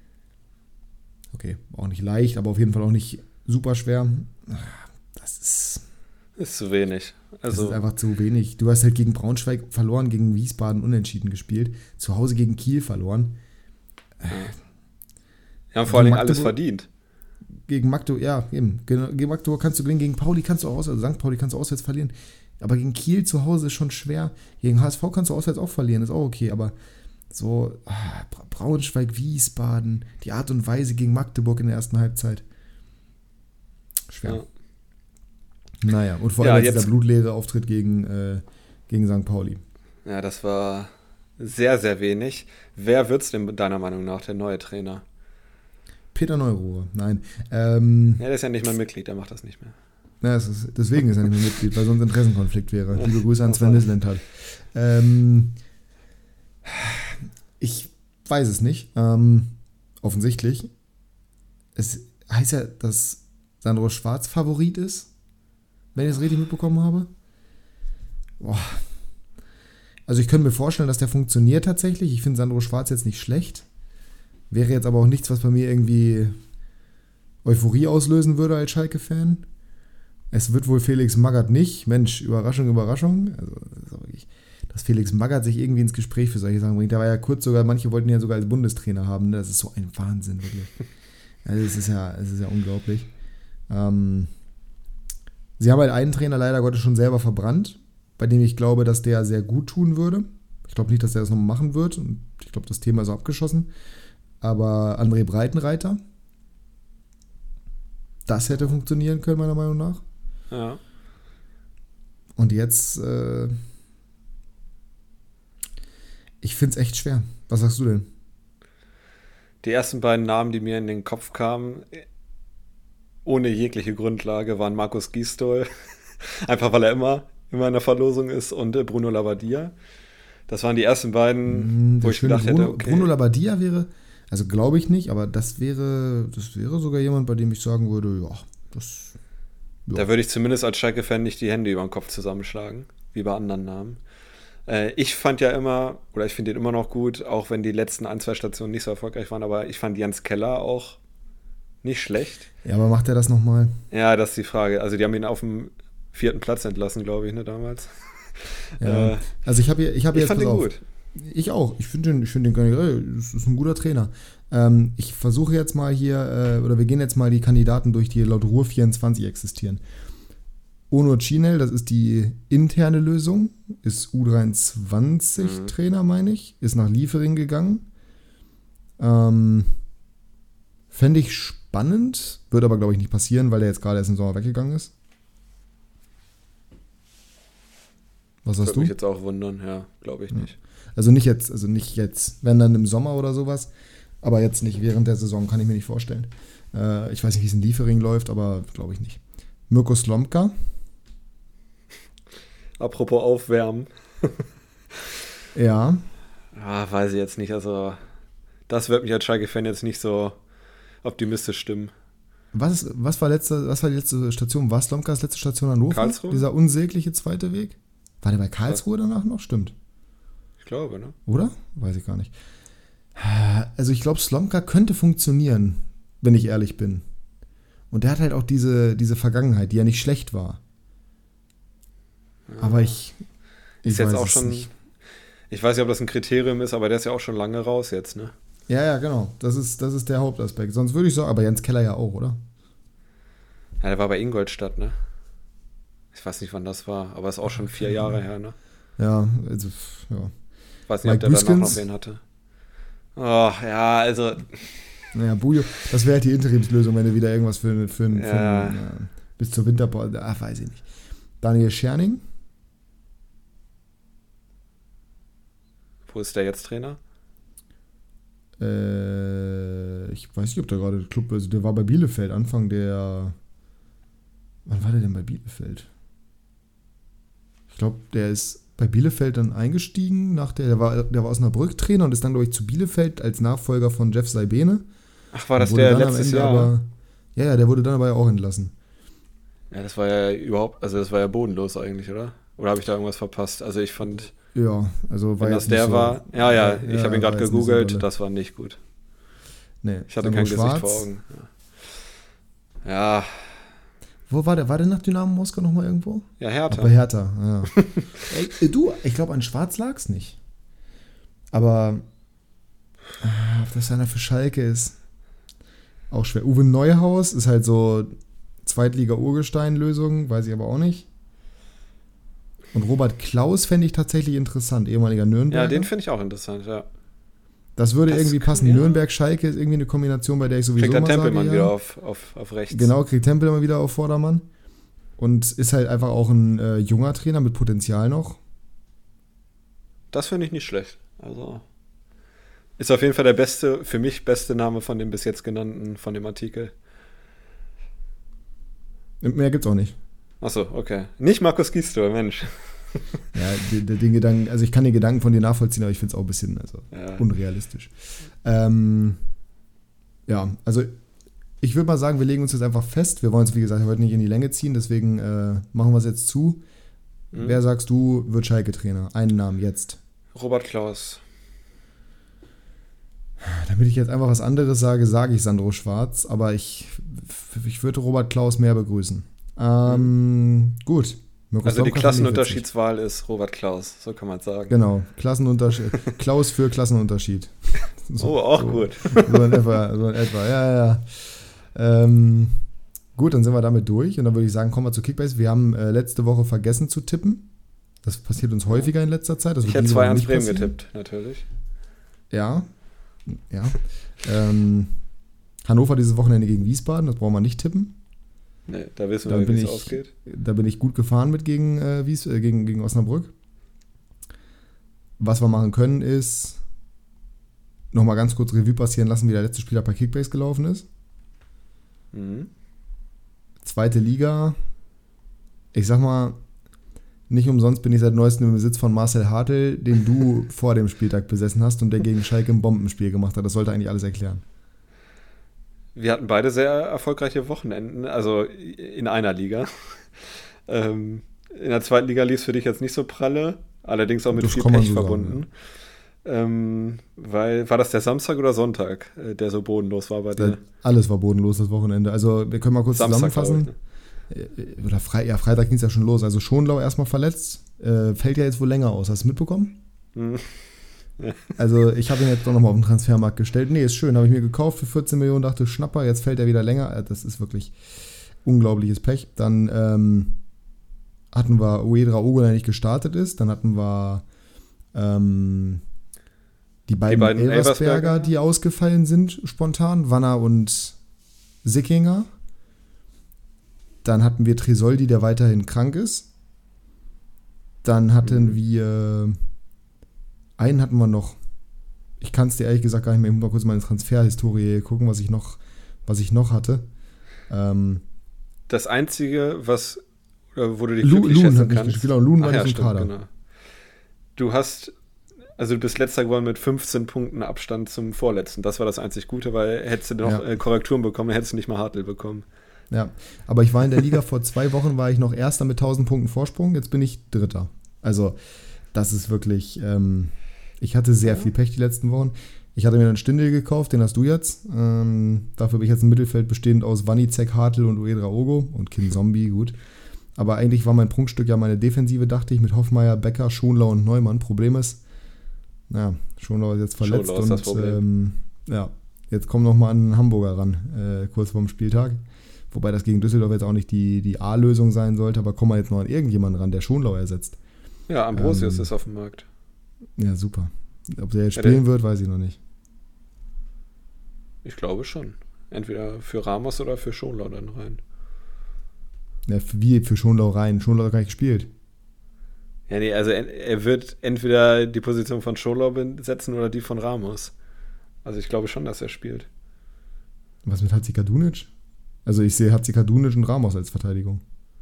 [SPEAKER 2] Okay, auch nicht leicht, aber auf jeden Fall auch nicht super schwer. Das
[SPEAKER 3] ist zu wenig.
[SPEAKER 2] Das ist einfach zu wenig. Du hast halt gegen Braunschweig verloren, gegen Wiesbaden unentschieden gespielt, zu Hause gegen Kiel verloren.
[SPEAKER 3] Ja, vor allem alles verdient.
[SPEAKER 2] Gegen Magdeburg, ja, eben. Gegen Magdeburg kannst du gewinnen, gegen Pauli kannst du auswärts, also St. Pauli kannst du auswärts verlieren. Aber gegen Kiel zu Hause ist schon schwer. Gegen HSV kannst du auswärts auch verlieren, ist auch okay. Aber so Braunschweig, Wiesbaden, die Art und Weise gegen Magdeburg in der ersten Halbzeit. Schwer. Ja. Naja, und vor allem dieser blutleere Auftritt gegen St. Pauli.
[SPEAKER 3] Ja, das war sehr, sehr wenig. Wer wird's denn deiner Meinung nach der neue Trainer?
[SPEAKER 2] Peter Neururer, nein.
[SPEAKER 3] Ja, der ist ja nicht mehr Mitglied, der macht das nicht mehr.
[SPEAKER 2] Ja, deswegen ist er nicht mehr Mitglied, weil sonst ein Interessenkonflikt wäre. Liebe Grüße an Sven Mislintat. Ich weiß es nicht. Offensichtlich. Es heißt ja, dass Sandro Schwarz Favorit ist, wenn ich es richtig mitbekommen habe. Boah. Also ich könnte mir vorstellen, dass der funktioniert tatsächlich. Ich finde Sandro Schwarz jetzt nicht schlecht. Wäre jetzt aber auch nichts, was bei mir irgendwie Euphorie auslösen würde als Schalke-Fan. Es wird wohl Felix Magath nicht. Mensch, Überraschung, Überraschung. Also, dass Felix Magath sich irgendwie ins Gespräch für solche Sachen bringt. Da war ja kurz sogar, manche wollten ihn ja sogar als Bundestrainer haben. Das ist so ein Wahnsinn, wirklich. Also es ist ja unglaublich. Sie haben halt einen Trainer leider Gottes schon selber verbrannt, bei dem ich glaube, dass der sehr gut tun würde. Ich glaube nicht, dass der das nochmal machen wird. Und ich glaube, das Thema ist auch abgeschossen. Aber André Breitenreiter, das hätte funktionieren können, meiner Meinung nach.
[SPEAKER 3] Ja.
[SPEAKER 2] Und jetzt, ich finde es echt schwer. Was sagst du denn?
[SPEAKER 3] Die ersten beiden Namen, die mir in den Kopf kamen, ohne jegliche Grundlage, waren Markus Gisdol. Einfach weil er immer in der Verlosung ist, und Bruno Labbadia. Das waren die ersten beiden, wo ich gedacht hätte, okay.
[SPEAKER 2] Bruno Labbadia wäre, also glaube ich nicht, aber das wäre sogar jemand, bei dem ich sagen würde, ja.
[SPEAKER 3] Da würde ich zumindest als Schalke-Fan nicht die Hände über den Kopf zusammenschlagen, wie bei anderen Namen. Ich fand ja immer, oder ich finde ihn immer noch gut, auch wenn die letzten 1-2 Stationen nicht so erfolgreich waren, aber ich fand Jens Keller auch nicht schlecht.
[SPEAKER 2] Ja, aber macht er das nochmal?
[SPEAKER 3] Ja, das ist die Frage. Also die haben ihn auf dem 4. Platz entlassen, glaube ich, ne, damals.
[SPEAKER 2] Ja. Also ich
[SPEAKER 3] fand ihn gut.
[SPEAKER 2] Ich auch. Ich finde den generell, das ist ein guter Trainer. Ich versuche jetzt mal hier, oder wir gehen jetzt mal die Kandidaten durch, die laut Ruhr 24 existieren. Onur Cinel, das ist die interne Lösung, ist U23-Trainer, meine ich, ist nach Liefering gegangen. Fände ich spannend. spannend, wird aber, glaube ich, nicht passieren, weil der jetzt gerade erst im Sommer weggegangen ist. Was hast du?
[SPEAKER 3] Würde mich jetzt auch wundern, ja, glaube ich nicht.
[SPEAKER 2] Also nicht jetzt, wenn dann im Sommer oder sowas, aber jetzt nicht während der Saison, kann ich mir nicht vorstellen. Ich weiß nicht, wie es in Liefering läuft, aber glaube ich nicht. Mirko Slomka.
[SPEAKER 3] Apropos Aufwärmen.
[SPEAKER 2] Ja.
[SPEAKER 3] Ja, weiß ich jetzt nicht, also das wird mich als Schalke-Fan jetzt nicht so optimistisch stimmen.
[SPEAKER 2] Was war die letzte Station? War Slomkas letzte Station Hannover?
[SPEAKER 3] Karlsruhe?
[SPEAKER 2] Dieser unsägliche zweite Weg? War der bei Karlsruhe danach noch? Stimmt.
[SPEAKER 3] Ich glaube, ne?
[SPEAKER 2] Oder? Weiß ich gar nicht. Also ich glaube, Slomka könnte funktionieren, wenn ich ehrlich bin. Und der hat halt auch diese Vergangenheit, die ja nicht schlecht war.
[SPEAKER 3] Ja.
[SPEAKER 2] Aber ich
[SPEAKER 3] ist jetzt
[SPEAKER 2] weiß
[SPEAKER 3] auch
[SPEAKER 2] es
[SPEAKER 3] schon,
[SPEAKER 2] nicht.
[SPEAKER 3] ich weiß nicht, ob das ein Kriterium ist, aber der ist ja auch schon lange raus jetzt, ne?
[SPEAKER 2] Ja, genau. Das ist der Hauptaspekt. Sonst würde ich sagen, aber Jens Keller ja auch, oder?
[SPEAKER 3] Ja, der war bei Ingolstadt, ne? Ich weiß nicht, wann das war, aber ist auch schon 4 Jahre her, ne?
[SPEAKER 2] Ja, also, ja.
[SPEAKER 3] Ich weiß nicht,
[SPEAKER 2] Mike
[SPEAKER 3] ob der danach noch
[SPEAKER 2] Büskens?
[SPEAKER 3] wen hatte. Oh, ja, also,
[SPEAKER 2] Naja, Bujo, das wäre halt die Interimslösung, wenn du wieder irgendwas für
[SPEAKER 3] Ja.
[SPEAKER 2] bis zur Winterpause, weiß ich nicht. Daniel Scherning?
[SPEAKER 3] wo ist der jetzt Trainer?
[SPEAKER 2] Ich weiß nicht, ob der gerade Club, also der war bei Bielefeld, wann war der denn bei Bielefeld? Ich glaube, der ist bei Bielefeld dann eingestiegen, der war Osnabrück Trainer und ist dann, glaube ich, zu Bielefeld als Nachfolger von Jeff Saibene.
[SPEAKER 3] Ach, war das
[SPEAKER 2] Und wurde
[SPEAKER 3] der
[SPEAKER 2] dann am
[SPEAKER 3] letztes
[SPEAKER 2] Ende
[SPEAKER 3] Jahr?
[SPEAKER 2] aber, ja, der wurde dann aber auch entlassen.
[SPEAKER 3] Ja, das war ja bodenlos eigentlich, oder? Oder habe ich da irgendwas verpasst? Also ich fand,
[SPEAKER 2] Ja, also war
[SPEAKER 3] wenn
[SPEAKER 2] jetzt
[SPEAKER 3] das der
[SPEAKER 2] nicht so,
[SPEAKER 3] war, ich habe ihn gerade
[SPEAKER 2] war jetzt nicht so
[SPEAKER 3] gegoogelt,
[SPEAKER 2] dolle.
[SPEAKER 3] das war nicht gut.
[SPEAKER 2] Nee,
[SPEAKER 3] Ich hatte
[SPEAKER 2] Sandro
[SPEAKER 3] kein Gesicht
[SPEAKER 2] Schwarz.
[SPEAKER 3] vor Augen. Ja,
[SPEAKER 2] Wo war der? War der nach Dynamo Moskau nochmal irgendwo?
[SPEAKER 3] ja,
[SPEAKER 2] Ach,
[SPEAKER 3] Hertha.
[SPEAKER 2] bei Hertha, ja. Ey, du, ich glaube, an Schwarz lag's nicht. Aber ob das einer für Schalke ist, auch schwer. Uwe Neuhaus ist halt so Zweitliga-Urgestein-Lösung, weiß ich aber auch nicht. Und Robert Klaus fände ich tatsächlich interessant, ehemaliger Nürnberger.
[SPEAKER 3] Ja, den finde ich auch interessant, ja.
[SPEAKER 2] Das würde
[SPEAKER 3] Das
[SPEAKER 2] irgendwie passen.
[SPEAKER 3] ja.
[SPEAKER 2] Nürnberg-Schalke ist irgendwie eine Kombination, bei der ich sowieso
[SPEAKER 3] Kriegt der
[SPEAKER 2] mal sage,
[SPEAKER 3] Tempelmann
[SPEAKER 2] ja.
[SPEAKER 3] wieder auf rechts.
[SPEAKER 2] Genau, kriegt Tempel immer wieder auf Vordermann. Und ist halt einfach auch ein junger Trainer mit Potenzial noch.
[SPEAKER 3] Das finde ich nicht schlecht. Also ist auf jeden Fall der für mich beste Name von dem bis jetzt genannten, von dem Artikel.
[SPEAKER 2] Mehr gibt's auch nicht.
[SPEAKER 3] Achso, okay. Nicht Markus Gisdol, Mensch.
[SPEAKER 2] Ja, den Gedanken, also ich kann den Gedanken von dir nachvollziehen, aber ich finde es auch ein bisschen unrealistisch. Ja, also ich würde mal sagen, wir legen uns jetzt einfach fest. Wir wollen es, wie gesagt, heute nicht in die Länge ziehen, deswegen machen wir es jetzt zu. Wer sagst du, wird Schalke-Trainer? Einen Namen jetzt.
[SPEAKER 3] Robert Klaus.
[SPEAKER 2] Damit ich jetzt einfach was anderes sage, sage ich Sandro Schwarz, aber ich würde Robert Klaus mehr begrüßen. Gut. Mirko
[SPEAKER 3] Also die
[SPEAKER 2] Slomka
[SPEAKER 3] Klassenunterschiedswahl ist Robert Klaus, so kann man sagen.
[SPEAKER 2] Genau, Klassenunterschied. Klaus für Klassenunterschied.
[SPEAKER 3] Gut.
[SPEAKER 2] So in etwa, ja. Gut, dann sind wir damit durch und dann würde ich sagen, kommen wir zu Kickbase. Wir haben letzte Woche vergessen zu tippen. Das passiert uns häufiger in letzter Zeit. Das
[SPEAKER 3] Ich
[SPEAKER 2] wird
[SPEAKER 3] hätte
[SPEAKER 2] diese Woche
[SPEAKER 3] 2-1
[SPEAKER 2] nicht
[SPEAKER 3] Bremen
[SPEAKER 2] passieren.
[SPEAKER 3] getippt, natürlich.
[SPEAKER 2] Ja. Hannover dieses Wochenende gegen Wiesbaden, das brauchen wir nicht tippen.
[SPEAKER 3] Nee, da wissen
[SPEAKER 2] Da
[SPEAKER 3] wir,
[SPEAKER 2] bin
[SPEAKER 3] wie es
[SPEAKER 2] ich-
[SPEAKER 3] ausgeht.
[SPEAKER 2] Da bin ich gut gefahren mit gegen Osnabrück. Was wir machen können, ist nochmal ganz kurz Revue passieren lassen, wie der letzte Spieler bei Kickbase gelaufen ist.
[SPEAKER 3] Mhm.
[SPEAKER 2] Zweite Liga. Ich sag mal, nicht umsonst bin ich seit neuestem im Besitz von Marcel Hartl, den du vor dem Spieltag besessen hast und der gegen Schalke ein Bombenspiel gemacht hat. Das sollte eigentlich alles erklären.
[SPEAKER 3] Wir hatten beide sehr erfolgreiche Wochenenden, also in einer Liga. In der zweiten Liga lief es für dich jetzt nicht so pralle, allerdings auch mit
[SPEAKER 2] Das
[SPEAKER 3] viel
[SPEAKER 2] kann man
[SPEAKER 3] Pech
[SPEAKER 2] so sagen,
[SPEAKER 3] verbunden. War das der Samstag oder Sonntag, der so bodenlos war bei dir?
[SPEAKER 2] Alles war bodenlos das Wochenende. Also wir können mal kurz
[SPEAKER 3] Samstag,
[SPEAKER 2] zusammenfassen. Oder Freitag ging es ja schon los. Also Schonlau erstmal verletzt. Fällt ja jetzt wohl länger aus. Hast du mitbekommen?
[SPEAKER 3] Hm.
[SPEAKER 2] Also ich habe ihn jetzt doch nochmal auf den Transfermarkt gestellt. Nee, ist schön. Habe ich mir gekauft für 14 Millionen. Dachte, Schnapper, jetzt fällt er wieder länger. Das ist wirklich unglaubliches Pech. Dann hatten wir Uedra Ogo, der nicht gestartet ist. Dann hatten wir die beiden
[SPEAKER 3] beiden
[SPEAKER 2] Elversberger,
[SPEAKER 3] Elversberger.
[SPEAKER 2] die ausgefallen sind spontan. Wanner und Sickinger. Dann hatten wir Tresoldi, der weiterhin krank ist. Dann hatten wir, einen hatten wir noch. Ich kann es dir ehrlich gesagt gar nicht mehr. Ich muss mal kurz meine Transferhistorie gucken, was ich noch hatte.
[SPEAKER 3] Das Einzige, wo du dich
[SPEAKER 2] Loon
[SPEAKER 3] glücklich schätzen
[SPEAKER 2] hat
[SPEAKER 3] kannst.
[SPEAKER 2] Genau, Loon war nicht im Kader.
[SPEAKER 3] Genau. Du bist letzter geworden mit 15 Punkten Abstand zum Vorletzten. Das war das einzig Gute, weil hättest du noch Korrekturen bekommen, hättest du nicht mal Hartl bekommen.
[SPEAKER 2] Ja, aber ich war in der Liga vor 2 Wochen, war ich noch Erster mit 1000 Punkten Vorsprung, jetzt bin ich Dritter. Also das ist wirklich, ich hatte sehr viel Pech die letzten Wochen. Ich hatte mir einen Stindl gekauft, den hast du jetzt. Dafür habe ich jetzt ein Mittelfeld bestehend aus Wanizek, Hartl und Uedra Ogo und Kin Zombie, gut. Aber eigentlich war mein Prunkstück ja meine Defensive, dachte ich, mit Hoffmeier, Becker, Schonlau und Neumann. Problem ist, Schonlau ist jetzt verletzt
[SPEAKER 3] Schonlau ist das Problem.
[SPEAKER 2] Jetzt kommen noch mal an einen Hamburger ran, kurz vorm Spieltag. Wobei das gegen Düsseldorf jetzt auch nicht die A-Lösung sein sollte, aber kommen wir jetzt noch an irgendjemanden ran, der Schonlau ersetzt.
[SPEAKER 3] Ja, Ambrosius ist auf dem Markt.
[SPEAKER 2] Ja, super. Ob der jetzt spielen wird, weiß ich noch nicht.
[SPEAKER 3] Ich glaube schon. Entweder für Ramos oder für Schonlau dann rein.
[SPEAKER 2] Ja, wie für Schonlau rein? Schonlau hat gar nicht gespielt.
[SPEAKER 3] Ja, nee, also er wird entweder die Position von Schonlau besetzen oder die von Ramos. Also ich glaube schon, dass er spielt.
[SPEAKER 2] Was mit Hatzikadunic? Also ich sehe Hatzikadunic und Ramos als Verteidigung.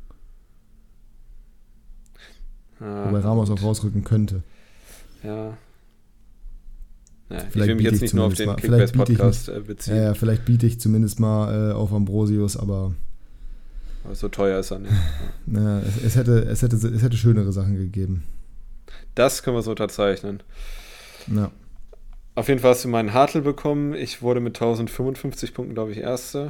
[SPEAKER 2] Wobei Ramos auch rausrücken könnte.
[SPEAKER 3] Ja. Ich will mich jetzt nicht nur auf den Kickbase-Podcast beziehen.
[SPEAKER 2] Ja, vielleicht biete ich zumindest mal auf Ambrosius, aber
[SPEAKER 3] so teuer ist er nicht.
[SPEAKER 2] Ja, es hätte schönere Sachen gegeben.
[SPEAKER 3] Das können wir so unterzeichnen.
[SPEAKER 2] Ja.
[SPEAKER 3] Auf jeden Fall hast du meinen Hartl bekommen. Ich wurde mit 1055 Punkten, glaube ich, Erster.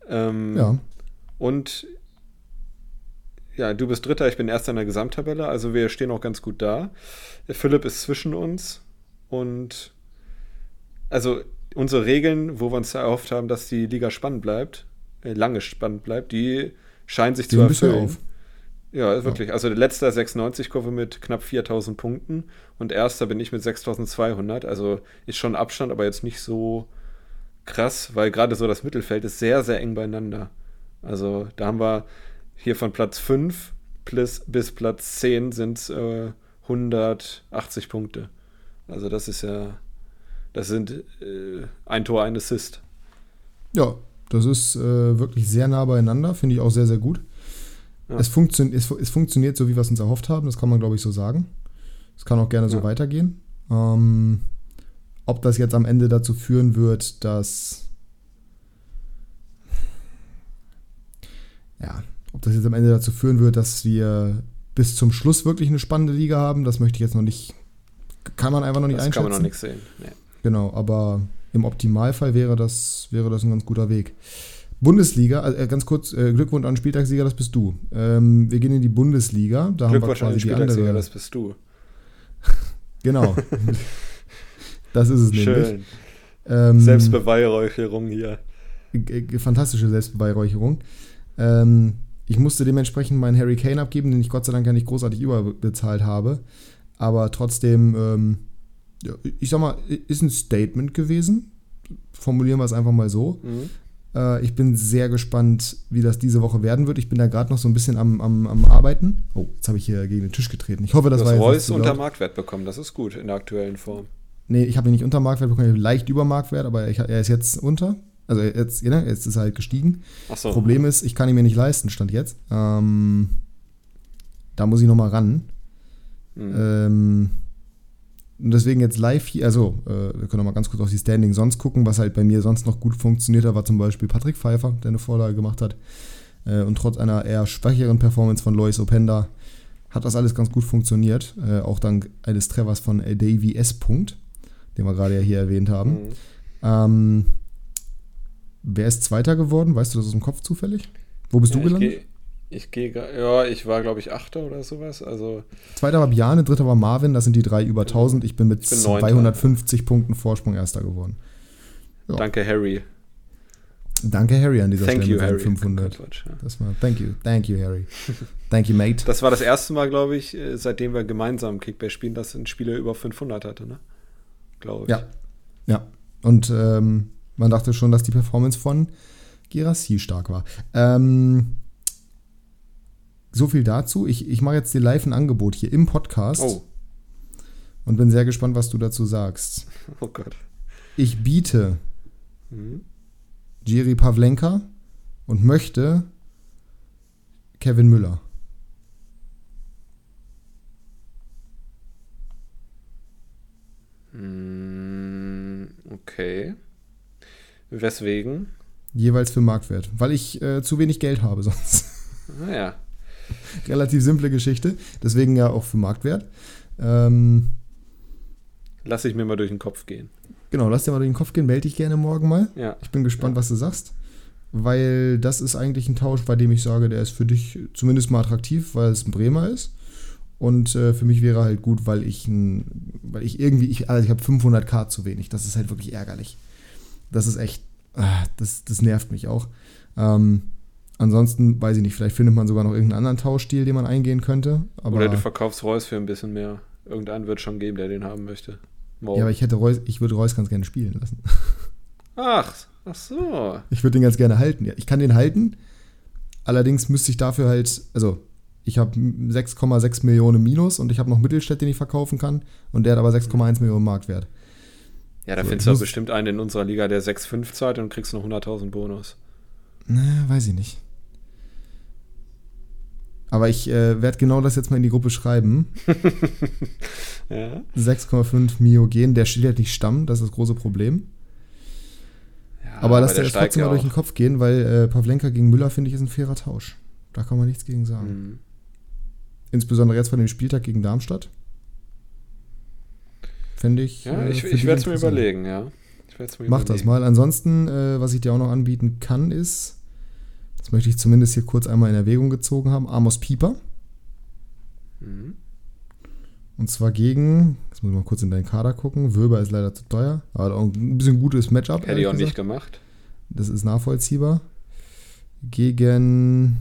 [SPEAKER 3] Und ja, du bist Dritter, ich bin Erster in der Gesamttabelle. Also wir stehen auch ganz gut da. Der Philipp ist zwischen uns. Und also unsere Regeln, wo wir uns erhofft haben, dass die Liga spannend bleibt, lange spannend bleibt, die scheinen sich zu erfüllen. Auf. Ja, wirklich. Ja. Also der letzte 96-Kurve mit knapp 4000 Punkten und Erster bin ich mit 6200. Also ist schon Abstand, aber jetzt nicht so krass, weil gerade so das Mittelfeld ist sehr, sehr eng beieinander. Also da haben wir hier von Platz 5 bis Platz 10 sind es 180 Punkte. Also das sind ein Tor, ein Assist.
[SPEAKER 2] Ja, das ist wirklich sehr nah beieinander, finde ich auch sehr, sehr gut. Ja. Es funktioniert so, wie wir es uns erhofft haben, das kann man, glaube ich, so sagen. Es kann auch gerne so weitergehen. Ob das jetzt am Ende dazu führen wird, dass wir bis zum Schluss wirklich eine spannende Liga haben, das möchte ich jetzt noch nicht, kann man einfach noch nicht einschätzen. Das kann man noch nichts sehen. Nee. Genau, aber im Optimalfall wäre das ein ganz guter Weg. Bundesliga, ganz kurz, Glückwunsch an den Spieltagssieger, das bist du. Wir gehen in die Bundesliga. Da
[SPEAKER 3] Glückwunsch an den Spieltagssieger, das bist du.
[SPEAKER 2] Genau. Das ist es
[SPEAKER 3] schön. Nämlich. Selbstbeweihräucherung hier.
[SPEAKER 2] Fantastische Selbstbeweihräucherung. Ich musste dementsprechend meinen Harry Kane abgeben, den ich Gott sei Dank ja nicht großartig überbezahlt habe. Aber trotzdem, ich sag mal, ist ein Statement gewesen. Formulieren wir es einfach mal so. Mhm. Ich bin sehr gespannt, wie das diese Woche werden wird. Ich bin da gerade noch so ein bisschen am Arbeiten. Oh, jetzt habe ich hier gegen den Tisch getreten. Ich hoffe, das war jetzt
[SPEAKER 3] Reus unter Marktwert bekommen. Das ist gut in der aktuellen Form.
[SPEAKER 2] Nee, ich habe ihn nicht unter Marktwert bekommen, leicht über Marktwert, aber er ist jetzt unter. Also jetzt ist er halt gestiegen.
[SPEAKER 3] Ach so.
[SPEAKER 2] Problem ist, ich kann ihn mir nicht leisten, stand jetzt. Da muss ich nochmal ran. Und deswegen jetzt live hier, also wir können noch mal ganz kurz auf die Standing sonst gucken, was halt bei mir sonst noch gut funktioniert hat, war zum Beispiel Patrick Pfeiffer, der eine Vorlage gemacht hat. Und trotz einer eher schwächeren Performance von Lois Openda hat das alles ganz gut funktioniert. Auch dank eines Treffers von Davy S. den wir gerade ja hier erwähnt haben. Wer ist Zweiter geworden? Weißt du das aus dem Kopf zufällig? Wo bist du gelandet?
[SPEAKER 3] Ich war, glaube ich, Achter oder sowas. Also
[SPEAKER 2] Zweiter war Bjarne, Dritter war Marvin, das sind die 3 über 1000. Ich bin mit 250 Punkten Vorsprung Erster geworden.
[SPEAKER 3] Ja. Danke, Harry.
[SPEAKER 2] Danke, Harry, an dieser
[SPEAKER 3] Stelle
[SPEAKER 2] mit
[SPEAKER 3] Harry.
[SPEAKER 2] 500. Das war, thank you, Harry. Thank you, mate.
[SPEAKER 3] Das war das erste Mal, glaube ich, seitdem wir gemeinsam Kickbase spielen, dass ein Spieler über 500 hatte, ne? Glaube ich.
[SPEAKER 2] Ja. Und man dachte schon, dass die Performance von Guirassy stark war. So viel dazu. Ich mache jetzt dir live ein Angebot hier im Podcast.
[SPEAKER 3] Oh.
[SPEAKER 2] Und bin sehr gespannt, was du dazu sagst.
[SPEAKER 3] Oh Gott.
[SPEAKER 2] Ich biete Jiří Pavlenka und möchte Kevin Müller.
[SPEAKER 3] Okay. Weswegen?
[SPEAKER 2] Jeweils für Marktwert. Weil ich zu wenig Geld habe sonst.
[SPEAKER 3] Naja.
[SPEAKER 2] Relativ simple Geschichte. Deswegen ja auch für Marktwert.
[SPEAKER 3] Lass ich mir mal durch den Kopf gehen.
[SPEAKER 2] Genau, lass dir mal durch den Kopf gehen. Melde dich gerne morgen mal.
[SPEAKER 3] Ja.
[SPEAKER 2] Ich bin gespannt, was du sagst. Weil das ist eigentlich ein Tausch, bei dem ich sage, der ist für dich zumindest mal attraktiv, weil es ein Bremer ist. Und für mich wäre halt gut, weil ich habe 500k zu wenig. Das ist halt wirklich ärgerlich. Das ist echt, das nervt mich auch. Ansonsten, weiß ich nicht, vielleicht findet man sogar noch irgendeinen anderen Tauschstil, den man eingehen könnte. Aber
[SPEAKER 3] oder du verkaufst Reus für ein bisschen mehr. Irgendeinen wird schon geben, der den haben möchte. Morgen.
[SPEAKER 2] Ja, aber ich würde Reus ganz gerne spielen lassen.
[SPEAKER 3] Ach so.
[SPEAKER 2] Ich würde den ganz gerne halten. Ja, ich kann den halten, allerdings müsste ich dafür halt, also ich habe 6,6 Millionen Minus und ich habe noch Mittelstädt, den ich verkaufen kann und der hat aber 6,1 Millionen Marktwert.
[SPEAKER 3] Ja, da findest du auch bestimmt einen in unserer Liga, der 6,5 zahlt und kriegst noch 100.000 Bonus.
[SPEAKER 2] Na, weiß ich nicht. Aber ich werde genau das jetzt mal in die Gruppe schreiben.
[SPEAKER 3] Ja.
[SPEAKER 2] 6,5 Mio gehen, der steht halt nicht Stamm, das ist das große Problem.
[SPEAKER 3] Ja,
[SPEAKER 2] aber lass dir
[SPEAKER 3] der
[SPEAKER 2] das trotzdem
[SPEAKER 3] ja
[SPEAKER 2] mal durch den Kopf gehen, weil Pavlenka gegen Müller, finde ich, ist ein fairer Tausch. Da kann man nichts gegen sagen. Insbesondere jetzt von dem Spieltag gegen Darmstadt. Fände ich.
[SPEAKER 3] Ja, ich werde es mir überlegen, ja.
[SPEAKER 2] Mach das mal. Ansonsten, was ich dir auch noch anbieten kann, ist, das möchte ich zumindest hier kurz einmal in Erwägung gezogen haben, Amos Pieper. Und zwar gegen, jetzt muss ich mal kurz in deinen Kader gucken, Wöber ist leider zu teuer, aber auch ein bisschen gutes Matchup.
[SPEAKER 3] Hätte ich auch nicht gemacht.
[SPEAKER 2] Das ist nachvollziehbar. Gegen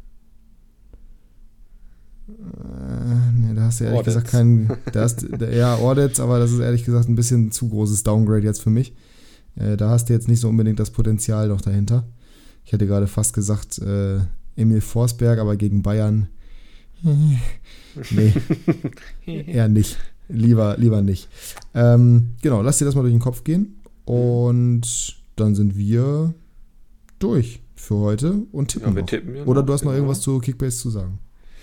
[SPEAKER 2] da hast du ehrlich gesagt keinen. Ordetz, aber das ist ehrlich gesagt ein bisschen zu großes Downgrade jetzt für mich. Da hast du jetzt nicht so unbedingt das Potenzial noch dahinter. Ich hätte gerade fast gesagt, Emil Forsberg, aber gegen Bayern. Nee, eher nicht. Lieber nicht. Genau, lass dir das mal durch den Kopf gehen. Und dann sind wir durch für heute und tippen.
[SPEAKER 3] Wir tippen ja
[SPEAKER 2] oder du hast noch irgendwas zu Kickbase zu sagen?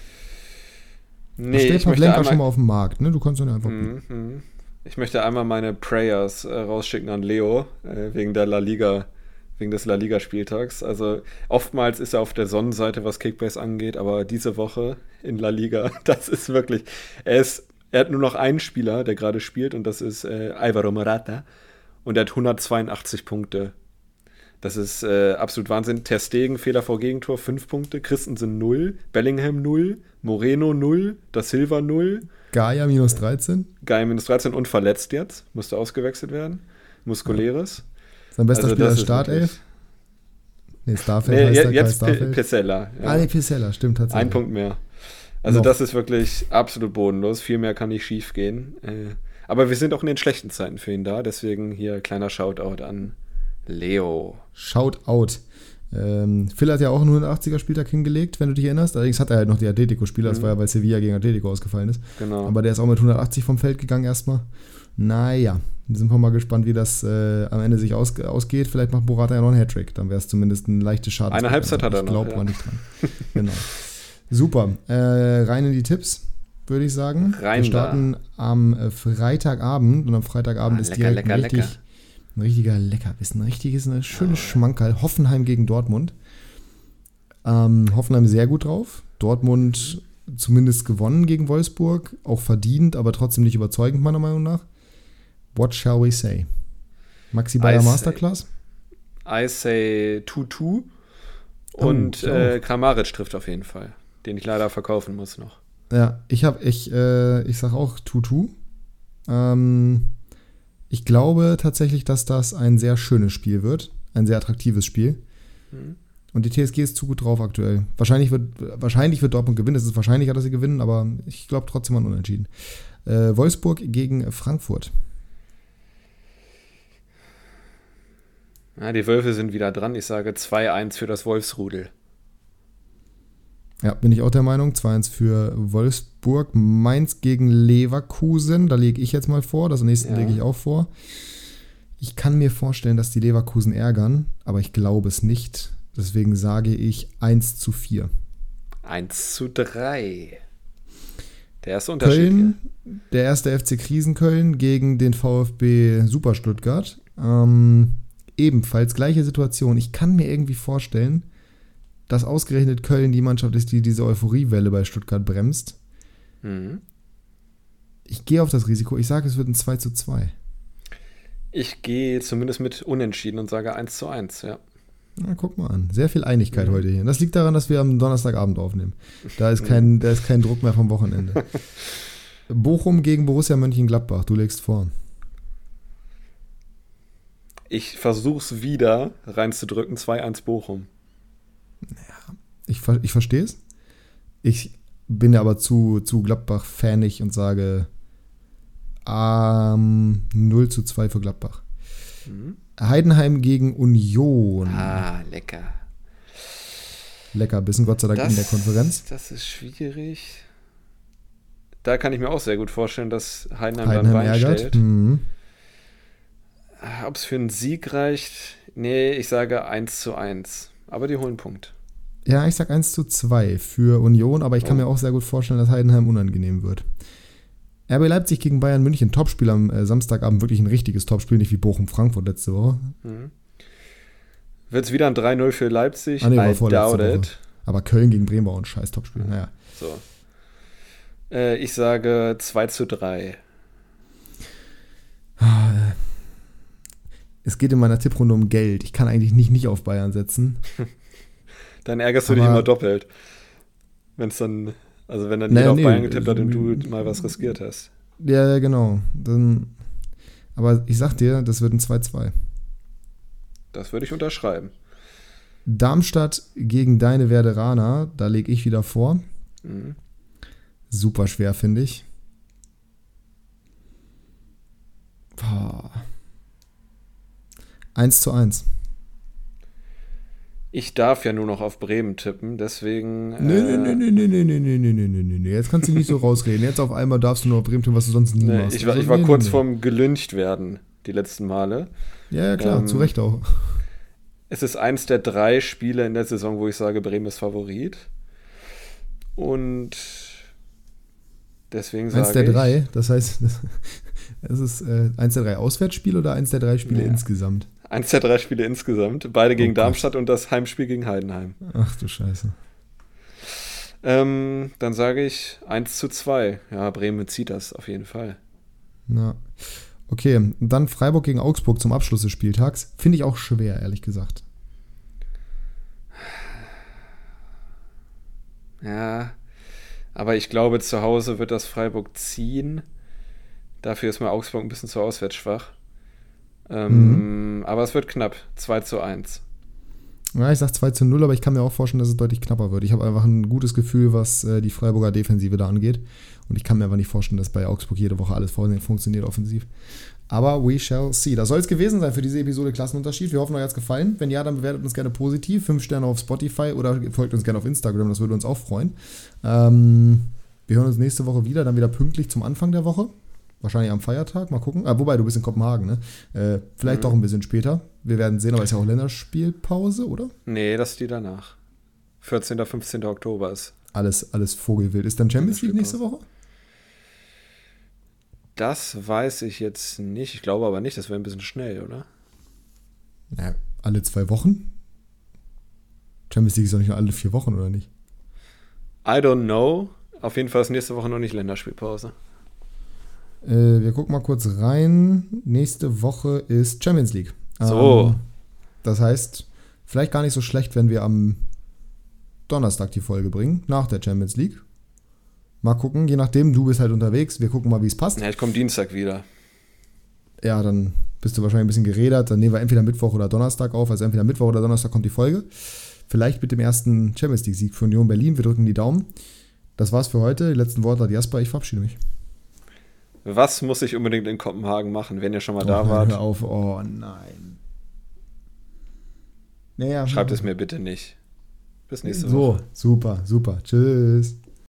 [SPEAKER 3] Nee,
[SPEAKER 2] ich möchte einmal schon mal auf dem Markt, ne? Du kannst dann einfach.
[SPEAKER 3] Ich möchte einmal meine Prayers rausschicken an Leo wegen der La Liga, wegen des La Liga Spieltags. Also oftmals ist er auf der Sonnenseite, was Kickbase angeht, aber diese Woche in La Liga, das ist wirklich. Er hat nur noch einen Spieler, der gerade spielt, und das ist Alvaro Morata, und er hat 182 Punkte. Das ist absolut Wahnsinn. Ter Stegen, Fehler vor Gegentor, 5 Punkte. Christensen 0, Bellingham 0, Moreno 0, Da Silva 0.
[SPEAKER 2] Gaia minus 13.
[SPEAKER 3] Gaia minus 13 und verletzt jetzt. Musste ausgewechselt werden. Muskuläres.
[SPEAKER 2] Sein bester Spieler ist Startelf. Starfeld heißt
[SPEAKER 3] jetzt Pesella.
[SPEAKER 2] Ja. Pesella, stimmt tatsächlich.
[SPEAKER 3] Ein Punkt mehr. Also das ist wirklich absolut bodenlos. Viel mehr kann nicht schief gehen. Aber wir sind auch in den schlechten Zeiten für ihn da. Deswegen hier kleiner Shoutout an Leo.
[SPEAKER 2] Shoutout. Phil hat ja auch einen 180er Spieltag hingelegt, wenn du dich erinnerst. Allerdings hat er halt noch die Atletico-Spieler. Das war ja, weil Sevilla gegen Atletico ausgefallen ist.
[SPEAKER 3] Genau.
[SPEAKER 2] Aber der ist auch mit 180 vom Feld gegangen erstmal. Naja, sind wir mal gespannt, wie das am Ende sich ausgeht. Vielleicht macht Morata ja noch einen Hattrick. Dann wäre es zumindest ein leichtes Schaden.
[SPEAKER 3] Eine Halbzeit hat er noch.
[SPEAKER 2] Ich glaube mal nicht dran. Genau. Super. Rein in die Tipps, würde ich sagen.
[SPEAKER 3] Rein. Wir
[SPEAKER 2] starten am Freitagabend. Und am Freitagabend ist direkt ein richtiger Leckerbissen. Ein schönes Schmankerl. Hoffenheim gegen Dortmund. Hoffenheim sehr gut drauf. Dortmund zumindest gewonnen gegen Wolfsburg. Auch verdient, aber trotzdem nicht überzeugend, meiner Meinung nach. What shall we say? Maxi Bayer Masterclass?
[SPEAKER 3] I say 2-2. Und Kramaric trifft auf jeden Fall. Den ich leider verkaufen muss noch.
[SPEAKER 2] Ja, ich sag auch 2-2. Ich glaube tatsächlich, dass das ein sehr schönes Spiel wird. Ein sehr attraktives Spiel. Und die TSG ist zu gut drauf aktuell. Wahrscheinlich wird Dortmund gewinnen. Es ist wahrscheinlicher, dass sie gewinnen, aber ich glaube trotzdem an Unentschieden. Wolfsburg gegen Frankfurt.
[SPEAKER 3] Ja, die Wölfe sind wieder dran. Ich sage 2-1 für das Wolfsrudel.
[SPEAKER 2] Ja, bin ich auch der Meinung. 2-1 für Wolfsburg. Mainz gegen Leverkusen. Da lege ich jetzt mal vor. Das nächste lege ich auch vor. Ich kann mir vorstellen, dass die Leverkusen ärgern, aber ich glaube es nicht. Deswegen sage ich 1-4.
[SPEAKER 3] 1-3. Der erste Unterschied
[SPEAKER 2] Köln,
[SPEAKER 3] hier.
[SPEAKER 2] der erste FC Krisenköln gegen den VfB Super Stuttgart. Ebenfalls gleiche Situation. Ich kann mir irgendwie vorstellen, dass ausgerechnet Köln die Mannschaft ist, die diese Euphoriewelle bei Stuttgart bremst.
[SPEAKER 3] Mhm.
[SPEAKER 2] Ich gehe auf das Risiko. Ich sage, es wird ein 2-2.
[SPEAKER 3] Ich gehe zumindest mit Unentschieden und sage 1-1, ja.
[SPEAKER 2] Na, guck mal an. Sehr viel Einigkeit heute hier. Das liegt daran, dass wir am Donnerstagabend aufnehmen. Da ist kein Druck mehr vom Wochenende. Bochum gegen Borussia Mönchengladbach. Du legst vor.
[SPEAKER 3] Ich versuche es wieder reinzudrücken. 2-1 Bochum.
[SPEAKER 2] Ich verstehe es. Ich bin ja aber zu Gladbach-fanig und sage 0-2 für Gladbach. Heidenheim gegen Union.
[SPEAKER 3] Ah, lecker.
[SPEAKER 2] Leckerbissen, Gott sei Dank in der Konferenz.
[SPEAKER 3] Das ist schwierig. Da kann ich mir auch sehr gut vorstellen, dass Heidenheim dann Bein
[SPEAKER 2] ärgert.
[SPEAKER 3] stellt.
[SPEAKER 2] Mhm.
[SPEAKER 3] Ob es für einen Sieg reicht? Nee, ich sage 1-1. Aber die holen einen Punkt.
[SPEAKER 2] Ja, ich sag 1-2 für Union, aber ich kann mir auch sehr gut vorstellen, dass Heidenheim unangenehm wird. RB Leipzig gegen Bayern München, Topspiel am Samstagabend, wirklich ein richtiges Topspiel, nicht wie Bochum-Frankfurt letzte Woche.
[SPEAKER 3] Wird es wieder ein 3-0 für Leipzig?
[SPEAKER 2] Nee,
[SPEAKER 3] I doubt it.
[SPEAKER 2] Aber Köln gegen Bremen war auch ein scheiß Topspiel. Naja.
[SPEAKER 3] So. Ich sage 2-3.
[SPEAKER 2] Es geht in meiner Tipprunde um Geld. Ich kann eigentlich nicht auf Bayern setzen.
[SPEAKER 3] Dann ärgerst du dich immer doppelt. Wenn dann jeder auf Bayern getippt hat und du mal was riskiert hast.
[SPEAKER 2] Ja, genau. Aber ich sag dir, das wird ein 2-2.
[SPEAKER 3] Das würde ich unterschreiben.
[SPEAKER 2] Darmstadt gegen deine Werderaner, da lege ich wieder vor.
[SPEAKER 3] Mhm.
[SPEAKER 2] Super schwer, finde ich. 1-1.
[SPEAKER 3] Ich darf ja nur noch auf Bremen tippen, deswegen.
[SPEAKER 2] Nee. Jetzt kannst du nicht so rausreden. Jetzt auf einmal darfst du nur auf Bremen tippen, was du sonst nie machst.
[SPEAKER 3] Ich war kurz vorm gelyncht werden, die letzten Male.
[SPEAKER 2] Ja, klar, zu Recht auch.
[SPEAKER 3] Es ist eins der 3 Spiele in der Saison, wo ich sage, Bremen ist Favorit. Und deswegen sage ich.
[SPEAKER 2] 1 der 3, das heißt, es ist 1 der 3 Auswärtsspiele oder 1 der 3 Spiele insgesamt?
[SPEAKER 3] 1 der 3 Spiele insgesamt, beide gegen Darmstadt und das Heimspiel gegen Heidenheim.
[SPEAKER 2] Ach du Scheiße.
[SPEAKER 3] Dann sage ich 1-2. Ja, Bremen zieht das auf jeden Fall.
[SPEAKER 2] Ja. Okay, dann Freiburg gegen Augsburg zum Abschluss des Spieltags. Finde ich auch schwer, ehrlich gesagt.
[SPEAKER 3] Ja, aber ich glaube, zu Hause wird das Freiburg ziehen. Dafür ist mir Augsburg ein bisschen zu auswärtsschwach. Aber es wird knapp. 2-1.
[SPEAKER 2] Ja, ich sag 2-0, aber ich kann mir auch vorstellen, dass es deutlich knapper wird. Ich habe einfach ein gutes Gefühl, was die Freiburger Defensive da angeht. Und ich kann mir einfach nicht vorstellen, dass bei Augsburg jede Woche alles funktioniert offensiv. Aber we shall see. Das soll es gewesen sein für diese Episode Klassenunterschied. Wir hoffen, euch hat es gefallen. Wenn ja, dann bewertet uns gerne positiv. 5 Sterne auf Spotify oder folgt uns gerne auf Instagram. Das würde uns auch freuen. Wir hören uns nächste Woche wieder, dann wieder pünktlich zum Anfang der Woche. Wahrscheinlich am Feiertag, mal gucken. Wobei, du bist in Kopenhagen, ne? Vielleicht doch ein bisschen später. Wir werden sehen, aber ist ja auch Länderspielpause, oder?
[SPEAKER 3] Nee, das ist die danach. 14. 15. Oktober ist.
[SPEAKER 2] Alles Vogelwild. Ist dann Champions League nächste Woche?
[SPEAKER 3] Das weiß ich jetzt nicht. Ich glaube aber nicht, das wäre ein bisschen schnell, oder?
[SPEAKER 2] Ja, alle 2 Wochen? Champions League ist doch nicht nur alle 4 Wochen, oder nicht?
[SPEAKER 3] I don't know. Auf jeden Fall ist nächste Woche noch nicht Länderspielpause.
[SPEAKER 2] Wir gucken mal kurz rein. Nächste Woche ist Champions League.
[SPEAKER 3] So.
[SPEAKER 2] Das heißt, vielleicht gar nicht so schlecht, wenn wir am Donnerstag die Folge bringen, nach der Champions League. Mal gucken, je nachdem, du bist halt unterwegs. Wir gucken mal, wie es passt.
[SPEAKER 3] Ja, ich komme Dienstag wieder.
[SPEAKER 2] Ja, dann bist du wahrscheinlich ein bisschen gerädert. Dann nehmen wir entweder Mittwoch oder Donnerstag auf. Also entweder Mittwoch oder Donnerstag kommt die Folge. Vielleicht mit dem ersten Champions League-Sieg für Union Berlin. Wir drücken die Daumen. Das war's für heute. Die letzten Worte hat Jasper. Ich verabschiede mich.
[SPEAKER 3] Was muss ich unbedingt in Kopenhagen machen, wenn ihr schon mal da wart?
[SPEAKER 2] Hör auf, oh nein. Naja,
[SPEAKER 3] Schreibt es mir bitte nicht. Bis nächste
[SPEAKER 2] so,
[SPEAKER 3] Woche.
[SPEAKER 2] super. Tschüss.